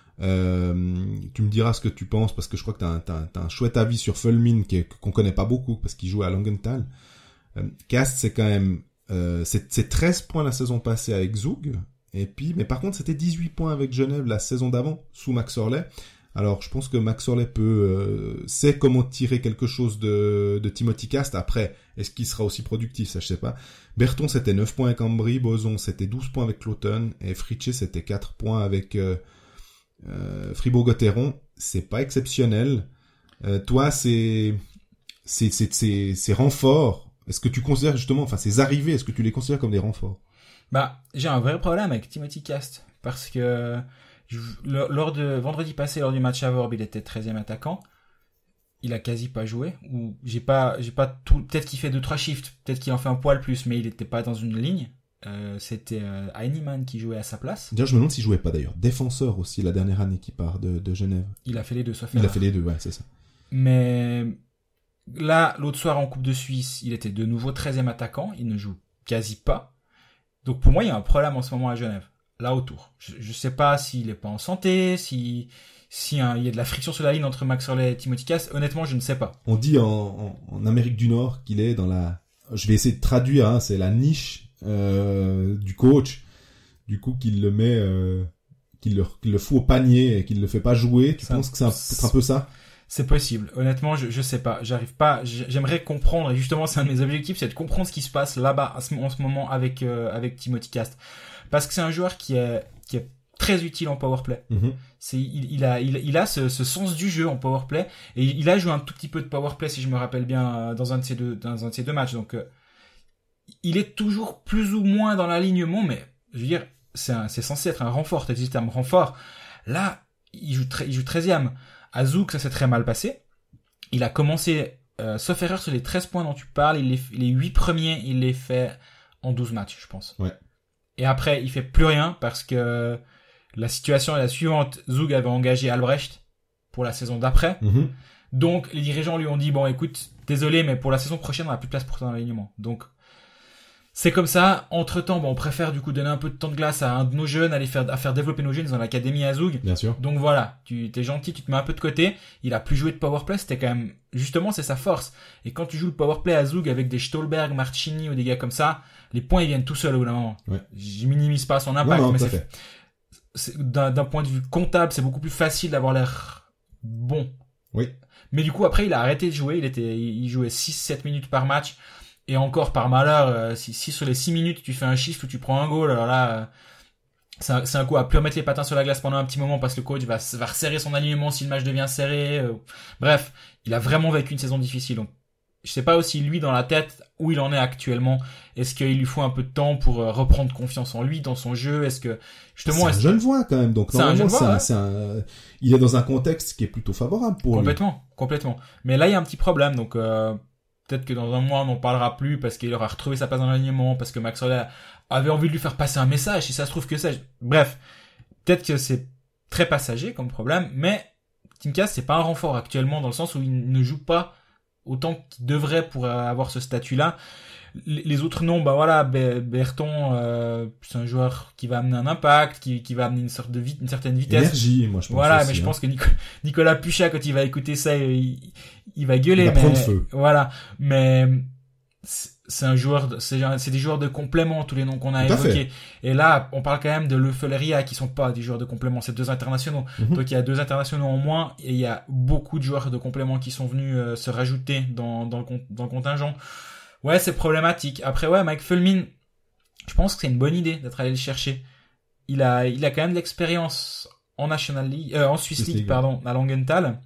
Euh, tu me diras ce que tu penses parce que je crois que t'as un, t'as, t'as un chouette avis sur Fulmin qui est, qu'on connaît pas beaucoup parce qu'il joue à Langenthal. Euh, Cast, c'est quand même euh, c'est, c'est treize points la saison passée avec Zug et puis mais par contre c'était dix-huit points avec Genève la saison d'avant sous Max Orley. Alors je pense que Max Orley peut euh, sait comment tirer quelque chose de de Timothy Cast. Après est-ce qu'il sera aussi productif, ça je sais pas. Berton c'était neuf points avec Ambry, Boson c'était douze points avec Cloton et Fritché c'était quatre points avec euh, Euh, Fribourg-Gotteron, c'est pas exceptionnel. Euh, toi, c'est, c'est, c'est, c'est, ces renforts, est-ce que tu considères justement, enfin, ces arrivées, est-ce que tu les considères comme des renforts? Bah, j'ai un vrai problème avec Timothy Cast parce que je, lors de vendredi passé, lors du match à Vorbe, il était treizième attaquant. Il a quasi pas joué ou j'ai pas, j'ai pas tout. Peut-être qu'il fait deux trois shifts, peut-être qu'il en fait un poil plus, mais il était pas dans une ligne. Euh, c'était euh, Heinemann qui jouait à sa place. D'ailleurs, je me demande s'il jouait pas d'ailleurs. Défenseur aussi, la dernière année qui part de, de Genève. Il a fait les deux, sauf Il a fait les deux, ouais, c'est ça. Mais là, l'autre soir en Coupe de Suisse, il était de nouveau treizième attaquant. Il ne joue quasi pas. Donc pour moi, il y a un problème en ce moment à Genève, là autour. Je, je sais pas s'il est pas en santé, si si hein, il y a de la friction sur la ligne entre Max Hurley et Timothy Cass. Honnêtement, je ne sais pas. On dit en, en, en Amérique du Nord qu'il est dans la... Je vais essayer de traduire, hein, c'est la niche euh, du coach. Du coup, qu'il le met... Euh, qu'il, le, qu'il le fout au panier et qu'il le fait pas jouer. Tu ça, penses que c'est un, peut-être un peu ça? C'est possible. Honnêtement, je, je sais pas. J'arrive pas. J'aimerais comprendre. Et justement, c'est un de mes objectifs, c'est de comprendre ce qui se passe là-bas en ce moment avec euh, avec Timothy Cass, parce que c'est un joueur qui est qui est très utile en powerplay. Mm-hmm. C'est il, il a il, il a ce, ce sens du jeu en powerplay, et il a joué un tout petit peu de powerplay si je me rappelle bien dans un de ces deux dans un de ces deux matchs. Donc euh, il est toujours plus ou moins dans l'alignement, mais je veux dire c'est un, c'est censé être un renfort. T'as dit le terme renfort. Là, il joue très il joue treizième. À Zouk, ça s'est très mal passé. Il a commencé, euh, sauf erreur, sur les treize points dont tu parles, il les, les huit premiers, il les fait en douze matchs, je pense. Ouais. Et après, il fait plus rien parce que la situation est la suivante. Zouk avait engagé Albrecht pour la saison d'après. Mm-hmm. Donc, les dirigeants lui ont dit, bon, écoute, désolé, mais pour la saison prochaine, on n'a plus de place pour toi dans l'alignement. Donc, c'est comme ça. Entre-temps, bon, on préfère du coup donner un peu de temps de glace à un de nos jeunes, aller faire, à faire développer nos jeunes dans l'académie à Zoug. Bien sûr. Donc voilà, tu t'es gentil, tu te mets un peu de côté. Il a plus joué de powerplay, c'était quand même, justement, c'est sa force. Et quand tu joues le powerplay à Zoug avec des Stolberg, Marchini ou des gars comme ça, les points ils viennent tout seuls au bout d'un moment. Ouais. Je minimise pas son impact, non, non, mais tout à c'est, fait. c'est d'un, d'un point de vue comptable, c'est beaucoup plus facile d'avoir l'air bon. Oui. Mais du coup, après, il a arrêté de jouer. Il était, il jouait six sept minutes par match. Et encore, par malheur, euh, si, si sur les six minutes, tu fais un chiffre où tu prends un goal, alors là, euh, c'est, un, c'est un coup à plus remettre les patins sur la glace pendant un petit moment parce que le coach va, va resserrer son alignement si le match devient serré. Euh, bref, il a vraiment vécu une saison difficile. Donc, je sais pas aussi, lui, dans la tête, où il en est actuellement. Est-ce qu'il lui faut un peu de temps pour euh, reprendre confiance en lui, dans son jeu? Est-ce que, justement... C'est est-ce un jeune voix, quand même. Donc, c'est un jeune normalement, voix, c'est un, ouais. c'est un, il est dans un contexte qui est plutôt favorable pour Complètement, lui. complètement. Mais là, il y a un petit problème, donc... Euh, peut-être que dans un mois, on n'en parlera plus parce qu'il aura retrouvé sa place dans l'alignement, parce que Max Hurley avait envie de lui faire passer un message, si ça se trouve que c'est. Bref, peut-être que c'est très passager comme problème, mais Tim Cass, c'est pas un renfort actuellement dans le sens où il ne joue pas autant qu'il devrait pour avoir ce statut-là. Les autres noms, bah voilà, Berton, euh, c'est un joueur qui va amener un impact, qui, qui va amener une sorte de vite, une certaine vitesse. Énergie, moi je pense. Voilà, aussi, mais je hein. pense que Nicolas, Nicolas Puchat, quand il va écouter ça, il, il va gueuler. Il va mais, prendre feu. Voilà, mais c'est un joueur, de, c'est, c'est des joueurs de complément, tous les noms qu'on a Tout à évoqués. fait. Et là, on parle quand même de Lefeleria, qui sont pas des joueurs de complément, c'est deux internationaux. Mm-hmm. Donc il y a deux internationaux en moins, et il y a beaucoup de joueurs de complément qui sont venus euh, se rajouter dans, dans, le, dans le contingent. Ouais, c'est problématique. Après, ouais, Mike Fulmin, je pense que c'est une bonne idée d'être allé le chercher. Il a, il a quand même de l'expérience en National League, euh, en Swiss League, pardon, à Langenthal.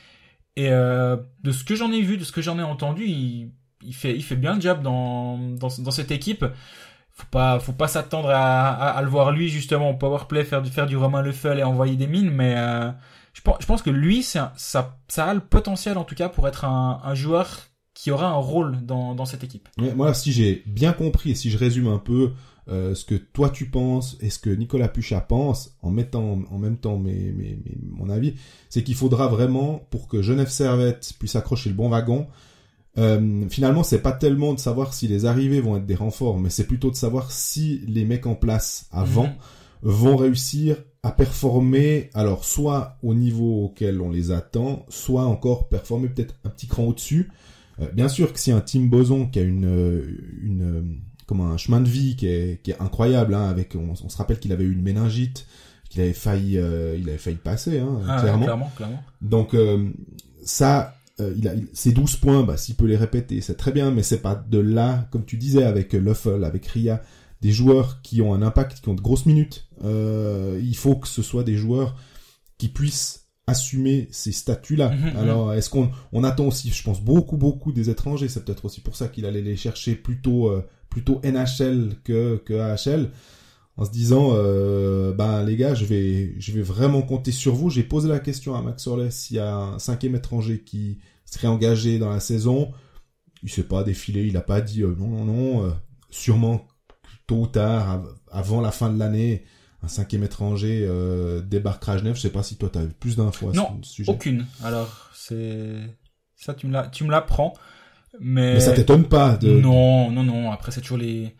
Et euh, de ce que j'en ai vu, de ce que j'en ai entendu, il, il fait, il fait bien le job dans, dans, dans cette équipe. Faut pas, faut pas s'attendre à, à, à le voir lui justement au powerplay faire du, faire du Romain Leffel et envoyer des mines, mais euh, je pense, je pense que lui, c'est un, ça, ça a le potentiel en tout cas pour être un, un joueur qui aura un rôle dans, dans cette équipe. Ouais, moi, si j'ai bien compris et si je résume un peu euh, ce que toi tu penses et ce que Nicolas Puchat pense, en mettant en même temps mes, mes, mes, mon avis, c'est qu'il faudra vraiment, pour que Genève Servette puisse accrocher le bon wagon, euh, finalement, c'est pas tellement de savoir si les arrivées vont être des renforts, mais c'est plutôt de savoir si les mecs en place avant mmh. vont réussir à performer, alors soit au niveau auquel on les attend, soit encore performer peut-être un petit cran au-dessus. Euh, bien sûr que si un Tim Boson qui a une une comme un chemin de vie qui est qui est incroyable, hein, avec on, on se rappelle qu'il avait eu une méningite, qu'il avait failli euh, il avait failli passer, hein, ah, clairement. Ouais, clairement, clairement. Donc euh, ça, euh, il a il, ces douze points, bah s'il peut les répéter, c'est très bien, mais c'est pas de là, comme tu disais avec Löffel, avec Ria, des joueurs qui ont un impact, qui ont de grosses minutes. Euh, il faut que ce soit des joueurs qui puissent assumer ces statuts-là. Mmh, Alors, est-ce qu'on on attend aussi, je pense, beaucoup, beaucoup des étrangers. C'est peut-être aussi pour ça qu'il allait les chercher plutôt euh, plutôt N H L que que A H L, en se disant, euh, ben les gars, je vais je vais vraiment compter sur vous. J'ai posé la question à Max Hurley s'il y a un cinquième étranger qui serait engagé dans la saison. Il s'est pas défilé, il a pas dit euh, non non non. Euh, sûrement tôt ou tard, av- avant la fin de l'année, un cinquième étranger euh, débarquera à Genève. Je sais pas si toi t'as plus d'infos à non, ce sujet. Aucune. Alors c'est ça, tu me la, tu me l'apprends. Mais, mais ça t'étonne pas de... Non, non, non. Après c'est toujours les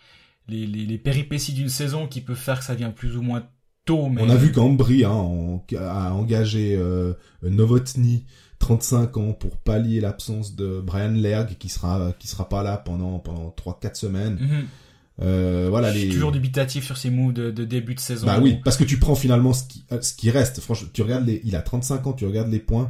les, les, les péripéties d'une saison qui peuvent faire que ça vient plus ou moins tôt. Mais... On a vu qu'Ambry hein, en, a engagé euh, Novotny, trente-cinq ans, pour pallier l'absence de Brian Lerg, qui sera qui sera pas là pendant pendant trois quatre semaines. Mm-hmm. Euh, voilà, je suis les... toujours dubitatif sur ces moves de, de début de saison. Bah oui, parce que tu prends finalement ce qui, ce qui reste. Franchement, tu regardes les, il a trente-cinq ans, tu regardes les points.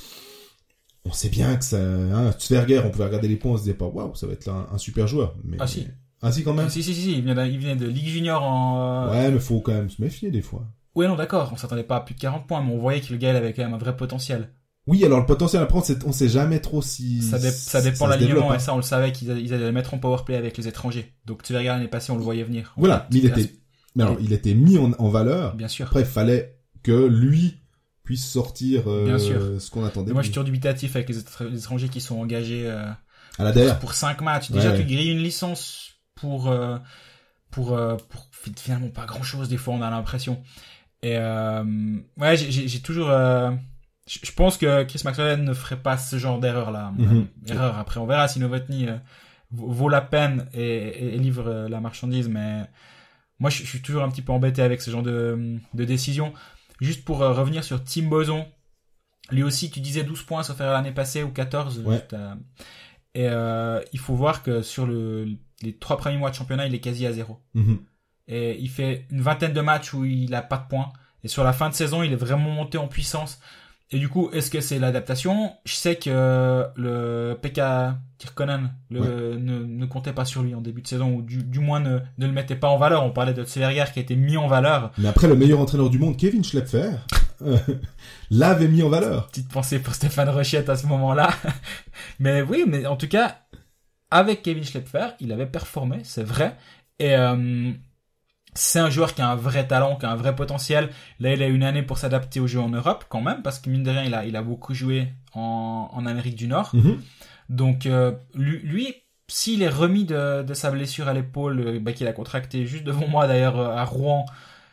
On sait bien que ça, hein, Sverger, on pouvait regarder les points, on se disait pas, waouh, ça va être un, un super joueur. Mais... Ah si. Ah si, quand même. Si, si, si, si. Il venait de, il venait de Ligue Junior en... Euh... Ouais, mais faut quand même se méfier des fois. Ouais, non, d'accord. On s'attendait pas à plus de quarante points, mais on voyait que le gars, il avait quand même un vrai potentiel. Oui, alors le potentiel à prendre, c'est, on sait jamais trop si... Ça, dé- ça dépend de l'alignement, et ça, on le savait qu'ils allaient, ils allaient le mettre en powerplay avec les étrangers. Donc, tu regardes l'année passée, on le voyait venir. Voilà, mais il était, mais alors, il était mis en, en valeur. Bien sûr. Après, il fallait que lui puisse sortir, euh, Bien sûr. ce qu'on attendait. Moi, je suis toujours dubitatif avec les, étr- les étrangers qui sont engagés, euh, à la D R. pour cinq matchs. Déjà, ouais. tu grilles une licence pour, euh, pour, euh, pour finalement pas grand chose, des fois, on a l'impression. Et, euh, ouais, j'ai, j'ai, j'ai toujours, euh, je pense que Chris Maxwell ne ferait pas ce genre d'erreur-là. Mm-hmm. Erreur. Après, on verra si Novotny euh, vaut la peine et, et, et livre euh, la marchandise. Mais moi, je, je suis toujours un petit peu embêté avec ce genre de, de décision. Juste pour euh, revenir sur Tim Boson. Lui aussi, tu disais douze points sauf erreur l'année passée ou quatorze. Ouais. Juste à... Et euh, il faut voir que sur le, les trois premiers mois de championnat, il est quasi à zéro. Mm-hmm. Et il fait une vingtaine de matchs où il a pas de points. Et sur la fin de saison, il est vraiment monté en puissance. Et du coup, est-ce que c'est l'adaptation? Je sais que le Pekka Kirkkonen le, ouais. ne, ne comptait pas sur lui en début de saison, ou du, du moins ne, ne le mettait pas en valeur. On parlait de Sverger qui a été mis en valeur. Mais après, le meilleur entraîneur du monde, Kevin Schlepfer, euh, l'avait mis en valeur. Petite pensée pour Stéphane Rochette à ce moment-là. Mais oui, mais en tout cas, avec Kevin Schlepfer, il avait performé, c'est vrai. Et euh, c'est un joueur qui a un vrai talent, qui a un vrai potentiel. Là, il a une année pour s'adapter au jeu en Europe, quand même, parce que mine de rien, il a, il a beaucoup joué en, en Amérique du Nord. Mm-hmm. Donc, euh, lui, lui, s'il est remis de, de sa blessure à l'épaule, bah, qu'il a contracté juste devant moi, d'ailleurs, à Rouen,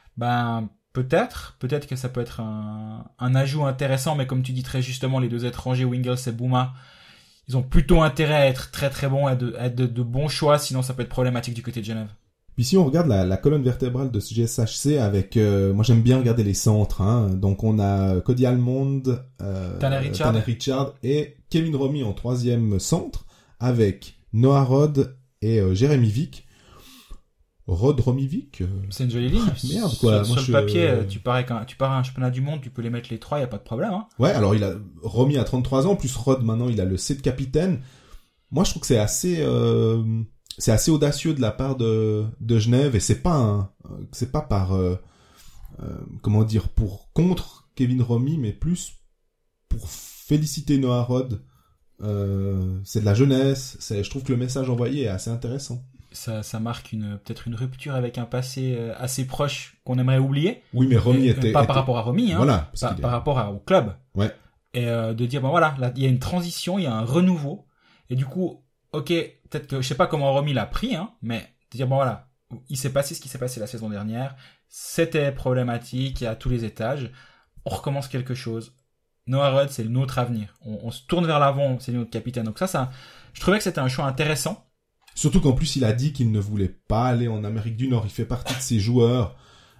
ben, peut-être, peut-être que ça peut être un, un ajout intéressant, mais comme tu dis très justement, les deux étrangers, Wingles et Bouma, ils ont plutôt intérêt à être très très bons, à, de, à être de, de bons choix, sinon ça peut être problématique du côté de Genève. Puis si on regarde la, la colonne vertébrale de ce G S H C avec, euh, moi j'aime bien regarder les centres, hein. Donc on a Cody Almond, euh, Tanner Richard. Tanner Richard et Kevin Romy en troisième centre avec Noah Rod et euh, Jérémy Vick. Rod Romy Vick. Euh... C'est une jolie ligne. Merde quoi. Sur, moi, sur je... le papier, tu parais qu'un, tu pars à un championnat du monde, tu peux les mettre les trois, y a pas de problème. Hein. Ouais, alors il a Romy à trente-trois ans, plus Rod maintenant il a le C de capitaine. Moi je trouve que c'est assez. Euh... C'est assez audacieux de la part de, de Genève et c'est pas un, c'est pas par, euh, euh, comment dire, pour contre Kevin Romy, mais plus pour féliciter Noah Rod. Euh, c'est de la jeunesse. C'est, je trouve que le message envoyé est assez intéressant. Ça, ça marque une, peut-être une rupture avec un passé assez proche qu'on aimerait oublier. Oui, mais Romy et, était, pas était... par rapport à Romy, hein. Voilà. Par, est... par rapport à, au club. Ouais. Et euh, de dire, ben voilà, là, il y a une transition, il y a un renouveau. Et du coup, ok, peut-être que, je sais pas comment Romy l'a pris, hein, mais de dire, bon voilà, il s'est passé ce qui s'est passé la saison dernière, c'était problématique à tous les étages, on recommence quelque chose. Noah Rod, c'est notre avenir. On, on se tourne vers l'avant, c'est notre capitaine. Donc ça, ça, je trouvais que c'était un choix intéressant. Surtout qu'en plus, il a dit qu'il ne voulait pas aller en Amérique du Nord. Il fait partie de ces joueurs,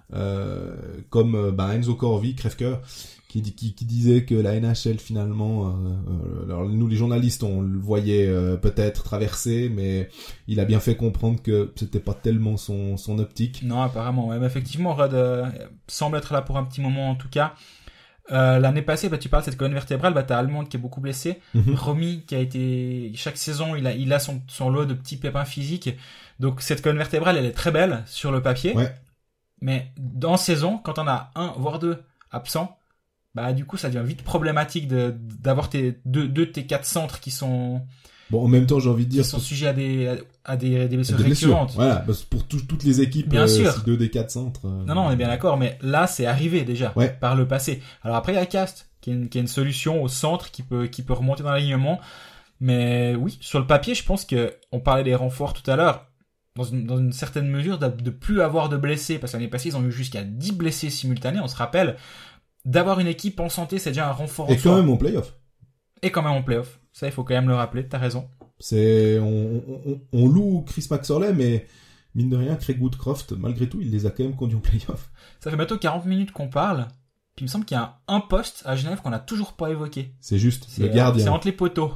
euh, comme, bah, Enzo Corvi, crève-cœur, qui, qui, qui disait que la N H L finalement, euh, alors nous les journalistes on le voyait euh, peut-être traverser, mais il a bien fait comprendre que c'était pas tellement son, son optique. Non, apparemment, ouais, mais effectivement, Rod euh, semble être là pour un petit moment en tout cas. Euh, l'année passée, bah, tu parles de cette colonne vertébrale, bah, t'as Almond qui est beaucoup blessé, Mm-hmm. Romy qui a été, chaque saison, il a, il a son, son lot de petits pépins physiques. Donc cette colonne vertébrale, elle est très belle sur le papier. Ouais. Mais dans saison, quand on a un, voire deux absents, bah, du coup, ça devient vite problématique de, d'avoir tes, deux, deux de tes quatre centres qui sont, Bon, en même temps, j'ai envie de dire, qui sont sujets à des, à, à des, des blessures des blessures. récurrentes. Voilà, parce que pour tout, toutes les équipes, Bien euh, sûr. c'est deux des quatre centres. Euh... Non, non, on est bien d'accord, mais là, c'est arrivé déjà, Ouais. par le passé. Alors après, il y a Cast, qui est une, qui est une solution au centre, qui peut, qui peut remonter dans l'alignement. Mais oui, sur le papier, je pense que, on parlait des renforts tout à l'heure, dans une, dans une certaine mesure, de, de plus avoir de blessés, parce que l'année passée, ils ont eu jusqu'à dix blessés simultanés, on se rappelle. D'avoir une équipe en santé, c'est déjà un renfort en Et soi. quand même en playoff. Et quand même en playoff. Ça, il faut quand même le rappeler, t'as raison. C'est, on, on, on loue Chris Maxorley, mais mine de rien, Craig Woodcroft, malgré tout, il les a quand même conduits en play-off. Ça fait bientôt quarante minutes qu'on parle. Puis il me semble qu'il y a un, un poste à Genève qu'on n'a toujours pas évoqué. C'est juste, c'est, le gardien. C'est entre les poteaux.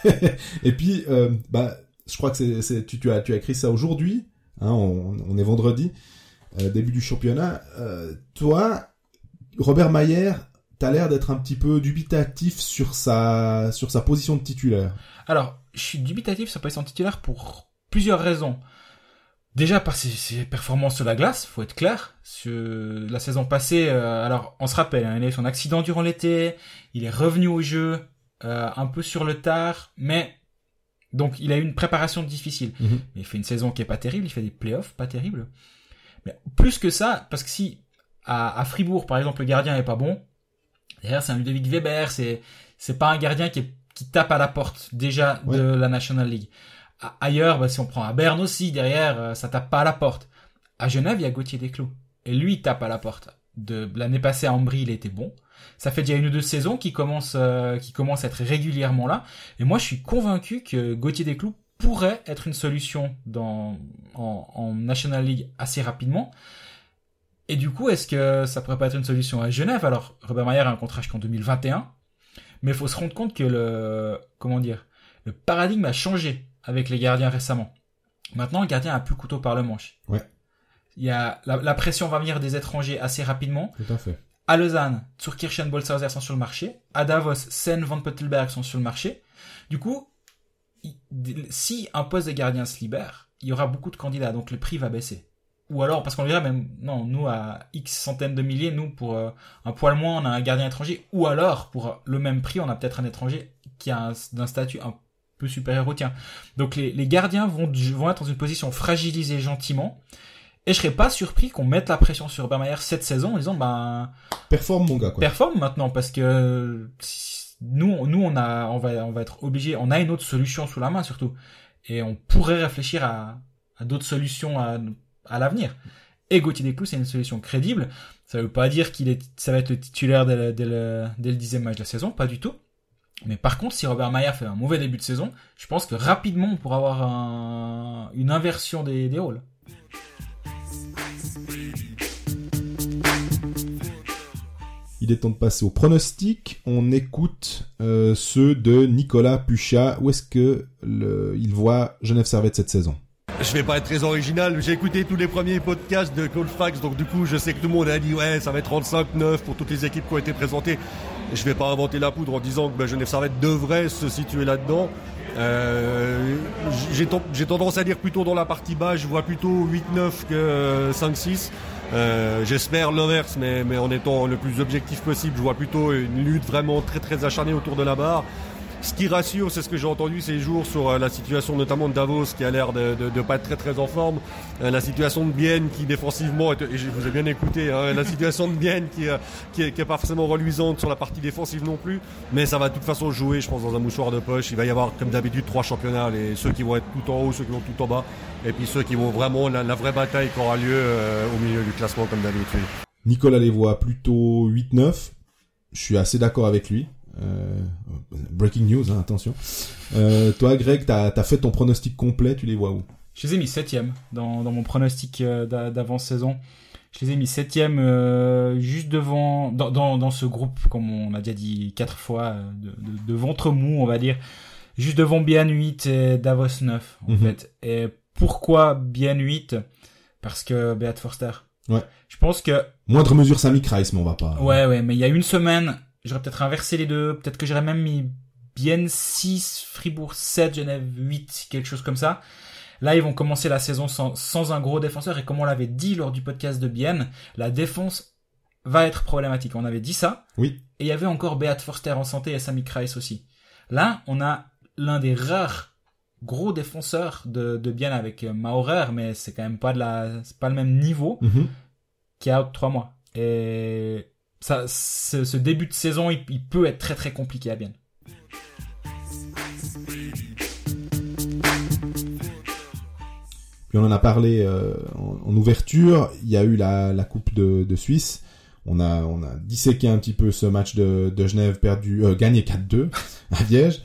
Et puis, euh, bah, je crois que c'est, c'est tu, tu as, tu as écrit ça aujourd'hui. Hein, on, on est vendredi, euh, début du championnat. Euh, toi, Robert Mayer, t'as l'air d'être un petit peu dubitatif sur sa, sur sa position de titulaire. Alors, je suis dubitatif sur sa position de titulaire pour plusieurs raisons. Déjà par ses, ses performances sur la glace, faut être clair. Sur la saison passée, euh, alors on se rappelle, hein, il a eu son accident durant l'été, il est revenu au jeu euh, un peu sur le tard, mais donc il a eu une préparation difficile. Mm-hmm. Mais il fait une saison qui est pas terrible, il fait des playoffs pas terribles. Mais plus que ça, parce que si à, à Fribourg par exemple le gardien est pas bon, derrière c'est un Ludovic Weber, c'est c'est pas un gardien qui est, qui tape à la porte déjà ouais. de la National League. Ailleurs, bah, si on prend à Berne aussi, derrière, euh, ça tape pas à la porte. À Genève, il y a Gauthier Desclos. Et lui, il tape à la porte. De l'année passée à Ambry, il était bon. Ça fait déjà une ou deux saisons qu'il commence, euh, qu'il commence à être régulièrement là. Et moi, je suis convaincu que Gauthier Desclos pourrait être une solution dans, en, en National League assez rapidement. Et du coup, est-ce que ça pourrait pas être une solution à Genève? Alors, Robert Mayer a un contrat jusqu'en deux mille vingt et un. Mais il faut se rendre compte que le, comment dire, le paradigme a changé avec les gardiens récemment. Maintenant, le gardien a plus couteau par le manche. Ouais. Il y a, la, la pression va venir des étrangers assez rapidement. Tout à fait. À Lausanne, Zurkirchen, Bolshauser sont sur le marché. À Davos, Sen, Van Pottelberg sont sur le marché. Du coup, il, si un poste de gardien se libère, il y aura beaucoup de candidats, donc le prix va baisser. Ou alors, parce qu'on dirait même, non, nous, à X centaines de milliers, nous, pour euh, un poil moins, on a un gardien étranger. Ou alors, pour le même prix, on a peut-être un étranger qui a un, d'un statut un peu supérieur au tien. Donc les, les gardiens vont, vont être dans une position fragilisée gentiment. Et je serais pas surpris qu'on mette la pression sur Robert Mayer cette saison en disant, ben, performe mon gars, quoi. Performe maintenant, parce que nous, nous, on a, on va, on va être obligé, on a une autre solution sous la main surtout. Et on pourrait réfléchir à, à d'autres solutions à, à l'avenir. Et Gauthier Desclos, c'est une solution crédible. Ça veut pas dire qu'il est, ça va être le titulaire dès le, dès le, dès le dixième match de la saison, pas du tout. Mais par contre, si Robert Mayer fait un mauvais début de saison, je pense que rapidement, on pourra avoir un, une inversion des, des rôles. Il est temps de passer au pronostic. On écoute euh, ceux de Nicolas Puchat. Où est-ce que le, il voit Genève Servette cette saison? Je vais pas être très original. J'ai écouté tous les premiers podcasts de Colfax, donc du coup, je sais que tout le monde a dit ouais, ça va être trente-cinq neuf pour toutes les équipes qui ont été présentées. Je vais pas inventer la poudre en disant que ben, Genève Servette devrait se situer là-dedans. Euh, j'ai, t- j'ai tendance à dire plutôt dans la partie basse, je vois plutôt huit neuf que cinq six. Euh, j'espère l'inverse, mais, mais en étant le plus objectif possible, je vois plutôt une lutte vraiment très très acharnée autour de la barre. Ce qui rassure, c'est ce que j'ai entendu ces jours sur euh, la situation notamment de Davos qui a l'air de, de, de pas être très très en forme, euh, la situation de Bienne qui défensivement, est, et je vous ai bien écouté, hein, la situation de Bienne qui, euh, qui, est, qui est pas forcément reluisante sur la partie défensive non plus, mais ça va de toute façon jouer, je pense, dans un mouchoir de poche. Il va y avoir comme d'habitude trois championnats, les, ceux qui vont être tout en haut, ceux qui vont tout en bas, et puis ceux qui vont vraiment la, la vraie bataille qui aura lieu euh, au milieu du classement comme d'habitude. Nicolas les voit plutôt huit neuf. Je suis assez d'accord avec lui. Euh, breaking news, hein, attention. Euh, toi, Greg, t'as, t'as fait ton pronostic complet, tu les vois où? Je les ai mis septième dans, dans mon pronostic euh, d'avant-saison. Je les ai mis septième euh, juste devant, dans, dans, dans ce groupe, comme on a déjà dit quatre fois, de, de, de ventre mou, on va dire. Juste devant Bienne huit et Davos neuf, en mm-hmm. fait. Et pourquoi Bienne huit? Parce que Beat Forster. Ouais. Je pense que... Moindre mesure Sami Kreis, mais on va pas... Ouais, ouais, mais il y a une semaine... J'aurais peut-être inversé les deux. Peut-être que j'aurais même mis Bienne six, Fribourg sept, Genève huit, quelque chose comme ça. Là, ils vont commencer la saison sans, sans un gros défenseur. Et comme on l'avait dit lors du podcast de Bienne, la défense va être problématique. On avait dit ça. Oui. Et il y avait encore Beat Forster en santé et Sami Kreis aussi. Là, on a l'un des rares gros défenseurs de, de Bienne avec Maurer, mais c'est quand même pas de la, c'est pas le même niveau, mm-hmm. qui a out trois mois. Et... Ça, ce, ce début de saison, il, il peut être très très compliqué à Bienne. Puis on en a parlé euh, en, en ouverture. Il y a eu la, la Coupe de, de Suisse. On a, on a disséqué un petit peu ce match de, de Genève perdu, euh, gagné quatre deux à Liège.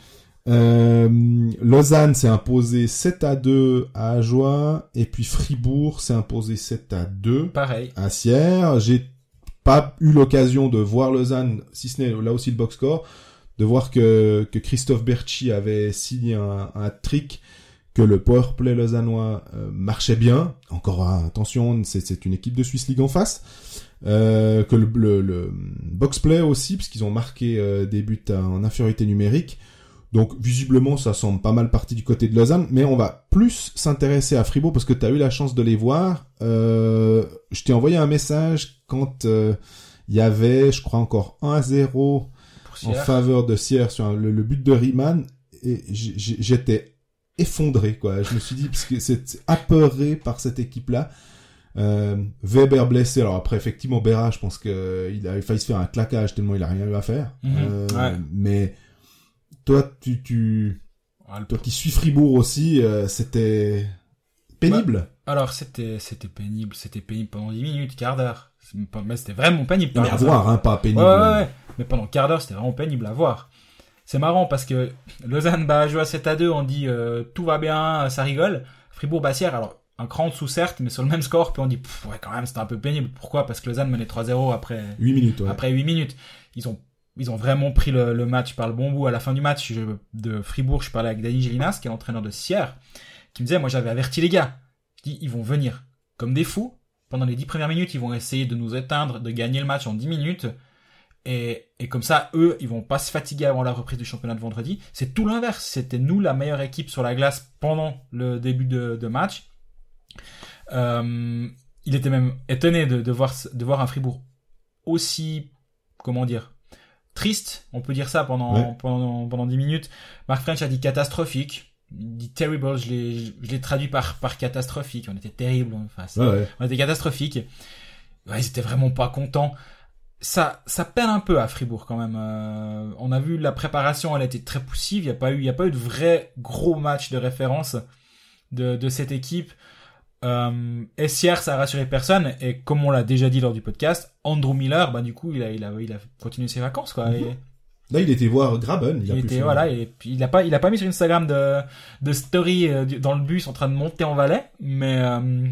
Euh, Lausanne s'est imposé sept à deux à Ajoie, et puis Fribourg s'est imposé sept à deux Pareil. à Sierre. J'ai pas eu l'occasion de voir Lausanne, si ce n'est là aussi le box score, de voir que, que Christophe Berchi avait signé un, un trick, que le powerplay lausannois euh, marchait bien. Encore hein, attention, c'est, c'est une équipe de Swiss League en face. Euh, que le, le, le box-play aussi, puisqu'ils ont marqué euh, des buts en infériorité numérique. Donc, visiblement, ça semble pas mal parti du côté de Lausanne, mais on va plus s'intéresser à Fribourg parce que tu as eu la chance de les voir. Euh, je t'ai envoyé un message quand il euh, y avait, je crois, encore un à zéro en faveur de Sierre sur un, le, le but de Riemann, et j- j- j'étais effondré, quoi. Je me suis dit, parce que c'est apeuré par cette équipe-là. Euh, Weber blessé, alors après, effectivement, Berra, je pense qu'il a failli se faire un claquage tellement il a rien eu à faire. Mmh, euh, ouais. Mais toi, tu, tu, toi qui suis Fribourg aussi, euh, c'était pénible. Bah, alors, c'était, c'était pénible, c'était pénible pendant dix minutes, quart d'heure. C'est pas, mais c'était vraiment pénible. Non, mais à voir, hein, pas pénible. Ouais, ouais, ouais. Mais pendant quart d'heure, c'était vraiment pénible à voir. C'est marrant parce que Lausanne bat Ajoie sept à deux, on dit euh, tout va bien, ça rigole. Fribourg bat Sierre, alors un cran en dessous certes, mais sur le même score, puis on dit pff, ouais, quand même, c'était un peu pénible. Pourquoi? Parce que Lausanne menait trois zéro après huit minutes, ouais. Après huit minutes. Ils ont Ils ont vraiment pris le, le match par le bon bout. À la fin du match je, de Fribourg, je parlais avec Danny Gilinas, qui est l'entraîneur de Sierre, qui me disait, moi j'avais averti les gars. Je dis, ils vont venir comme des fous. Pendant les dix premières minutes, ils vont essayer de nous éteindre, de gagner le match en dix minutes. Et, et comme ça, eux, ils vont pas se fatiguer avant la reprise du championnat de vendredi. C'est tout l'inverse. C'était nous la meilleure équipe sur la glace pendant le début de, de match. Euh, il était même étonné de, de voir, de voir un Fribourg aussi, comment dire, triste, on peut dire ça pendant, ouais. pendant, pendant dix minutes. Mark French a dit catastrophique. Il dit terrible, je l'ai, je l'ai traduit par, par catastrophique. On était terrible, enfin, ouais, ouais. on était catastrophique. Ouais, ils étaient vraiment pas contents. Ça, ça peine un peu à Fribourg quand même. Euh, on a vu la préparation, elle a été très poussive. Il y a pas eu, il y a pas eu de vrai gros match de référence de, de cette équipe. Euh, S I R, ça a rassuré personne, et comme on l'a déjà dit lors du podcast, Andrew Miller, bah du coup, il a, il a, il a continué ses vacances, quoi. Mm-hmm. Et là, il était voir Graben. Il, il a était, pu voilà, et puis il a pas, il a pas mis sur Instagram de, de story euh, dans le bus en train de monter en Valais, mais euh,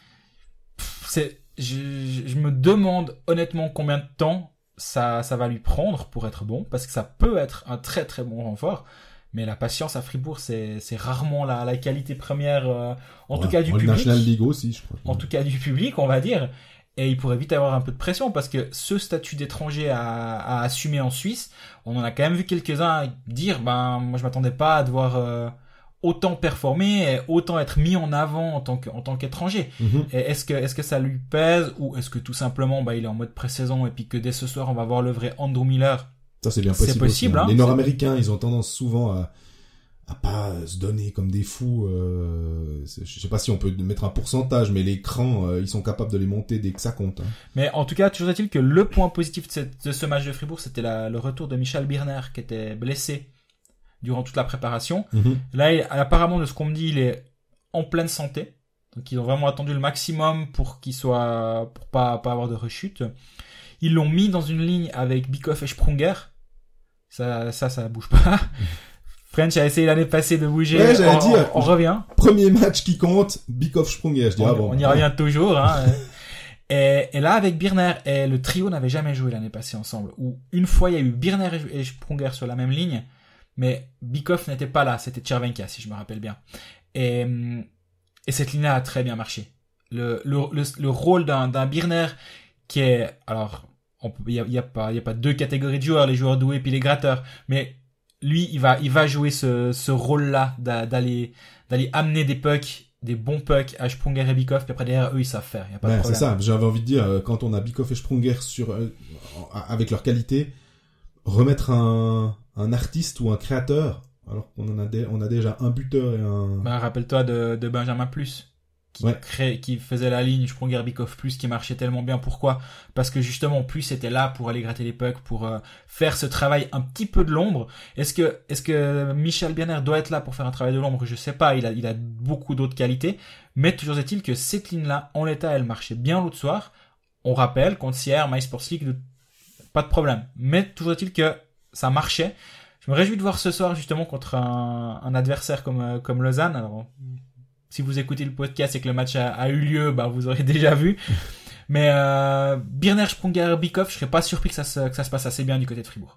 pff, c'est, je, je me demande honnêtement combien de temps ça, ça va lui prendre pour être bon, parce que ça peut être un très très bon renfort. Mais la patience à Fribourg, c'est, c'est rarement la, la qualité première, euh, en ouais, tout cas du public. National League aussi, je crois. En tout cas du public, on va dire. Et il pourrait vite avoir un peu de pression parce que ce statut d'étranger à, à assumer en Suisse, on en a quand même vu quelques-uns dire, ben, moi je m'attendais pas à devoir euh, autant performer et autant être mis en avant en tant que, en tant qu'étranger. Mm-hmm. Et est-ce que, est-ce que ça lui pèse ou est-ce que tout simplement, bah, il est en mode pré-saison et puis que dès ce soir on va voir le vrai Andrew Miller? Ça, c'est bien possible. C'est possible, aussi, hein. hein. Les Nord-Américains, ils ont tendance souvent à, à pas se donner comme des fous. Euh, je sais pas si on peut mettre un pourcentage, mais les crans, euh, ils sont capables de les monter dès que ça compte. Hein. Mais en tout cas, toujours est-il que le point positif de, cette, de ce match de Fribourg, c'était la, le retour de Michel Birner, qui était blessé durant toute la préparation. Mm-hmm. Là, il, apparemment, de ce qu'on me dit, il est en pleine santé. Donc, ils ont vraiment attendu le maximum pour qu'il soit, pour pas, pas avoir de rechute. Ils l'ont mis dans une ligne avec Bikoff et Sprunger. Ça, ça, ça bouge pas. French a essayé l'année passée de bouger. Ouais, j'allais on, dire. On, on revient. Premier match qui compte, Bikoff-Sprunger. Je dis, on, ah bon. On y revient toujours, hein. et, et là, avec Birner, et le trio n'avait jamais joué l'année passée ensemble. Où une fois, il y a eu Birner et Sprunger sur la même ligne, mais Bikoff n'était pas là. C'était Chervenka, si je me rappelle bien. Et, et cette ligne-là a très bien marché. Le, le, le, le rôle d'un, d'un Birner qui est, alors, il y a, y a pas, il y a pas deux catégories de joueurs, les joueurs doués puis les gratteurs, mais lui, il va, il va jouer ce, ce rôle-là d'aller, d'aller amener des pucks, des bons pucks à Sprunger et Bikoff, puis après derrière eux, ils savent faire. Y a pas ouais, de problème. C'est ça. J'avais envie de dire, quand on a Bikoff et Sprunger sur, euh, avec leur qualité, remettre un, un artiste ou un créateur, alors qu'on en a, dé, on a déjà un buteur et un. Bah, rappelle-toi de, de Benjamin Plus. Qui, ouais. crée, qui faisait la ligne Sprunger Bikoff Plus qui marchait tellement bien. Pourquoi? Parce que justement Plus était là pour aller gratter les pucks, pour euh, faire ce travail un petit peu de l'ombre. Est-ce que est-ce que Michel Birner doit être là pour faire un travail de l'ombre? Je sais pas, il a il a beaucoup d'autres qualités, mais toujours est-il que cette ligne-là, en l'état, elle marchait bien l'autre soir. On rappelle, contre Sierre, MySports League, de... pas de problème. Mais toujours est-il que ça marchait. je me réjouis de voir ce soir justement contre un, un adversaire comme comme Lausanne. Alors, si vous écoutez le podcast et que le match a, a eu lieu, bah vous aurez déjà vu. Mais euh, Birner, Sprunger, Bikov, je serais pas surpris que ça se que ça se passe assez bien du côté de Fribourg.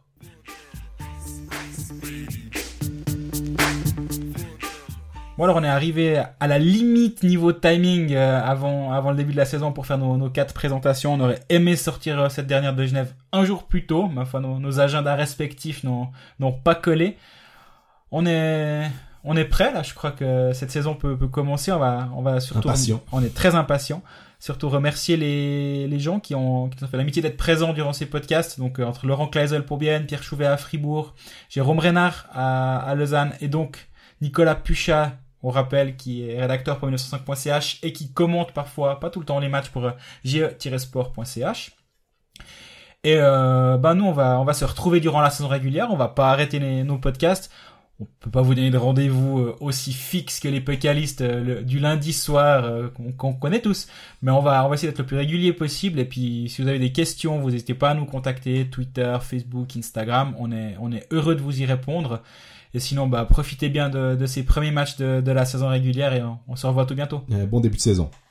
Bon alors on est arrivé à la limite niveau timing euh, avant avant le début de la saison pour faire nos, nos quatre présentations. On aurait aimé sortir euh, cette dernière de Genève un jour plus tôt, mais enfin nos, nos agendas respectifs n'ont n'ont pas collé. On est on est prêt là, je crois que cette saison peut peut commencer. On va on va surtout Impatient. on est très impatient. Surtout remercier les les gens qui ont qui ont fait l'amitié d'être présents durant ces podcasts. Donc euh, entre Laurent Kleisel pour Bienne, Pierre Chouvet à Fribourg, Jérôme Renard à à Lausanne et donc Nicolas Puchat, on rappelle, qui est rédacteur pour mille neuf cent cinq point c h et qui commente parfois, pas tout le temps les matchs pour g e tiret sport point c h. Et euh, bah nous on va on va se retrouver durant la saison régulière, on va pas arrêter les, nos podcasts. On peut pas vous donner de rendez-vous euh, aussi fixe que les pécalistes euh, le, du lundi soir euh, qu'on, qu'on connaît tous, mais on va on va essayer d'être le plus régulier possible. Et puis si vous avez des questions, vous n'hésitez pas à nous contacter, Twitter, Facebook, Instagram, on est on est heureux de vous y répondre. Et sinon, bah, profitez bien de, de ces premiers matchs de, de la saison régulière et on, on se revoit tout bientôt. Euh, bon début de saison.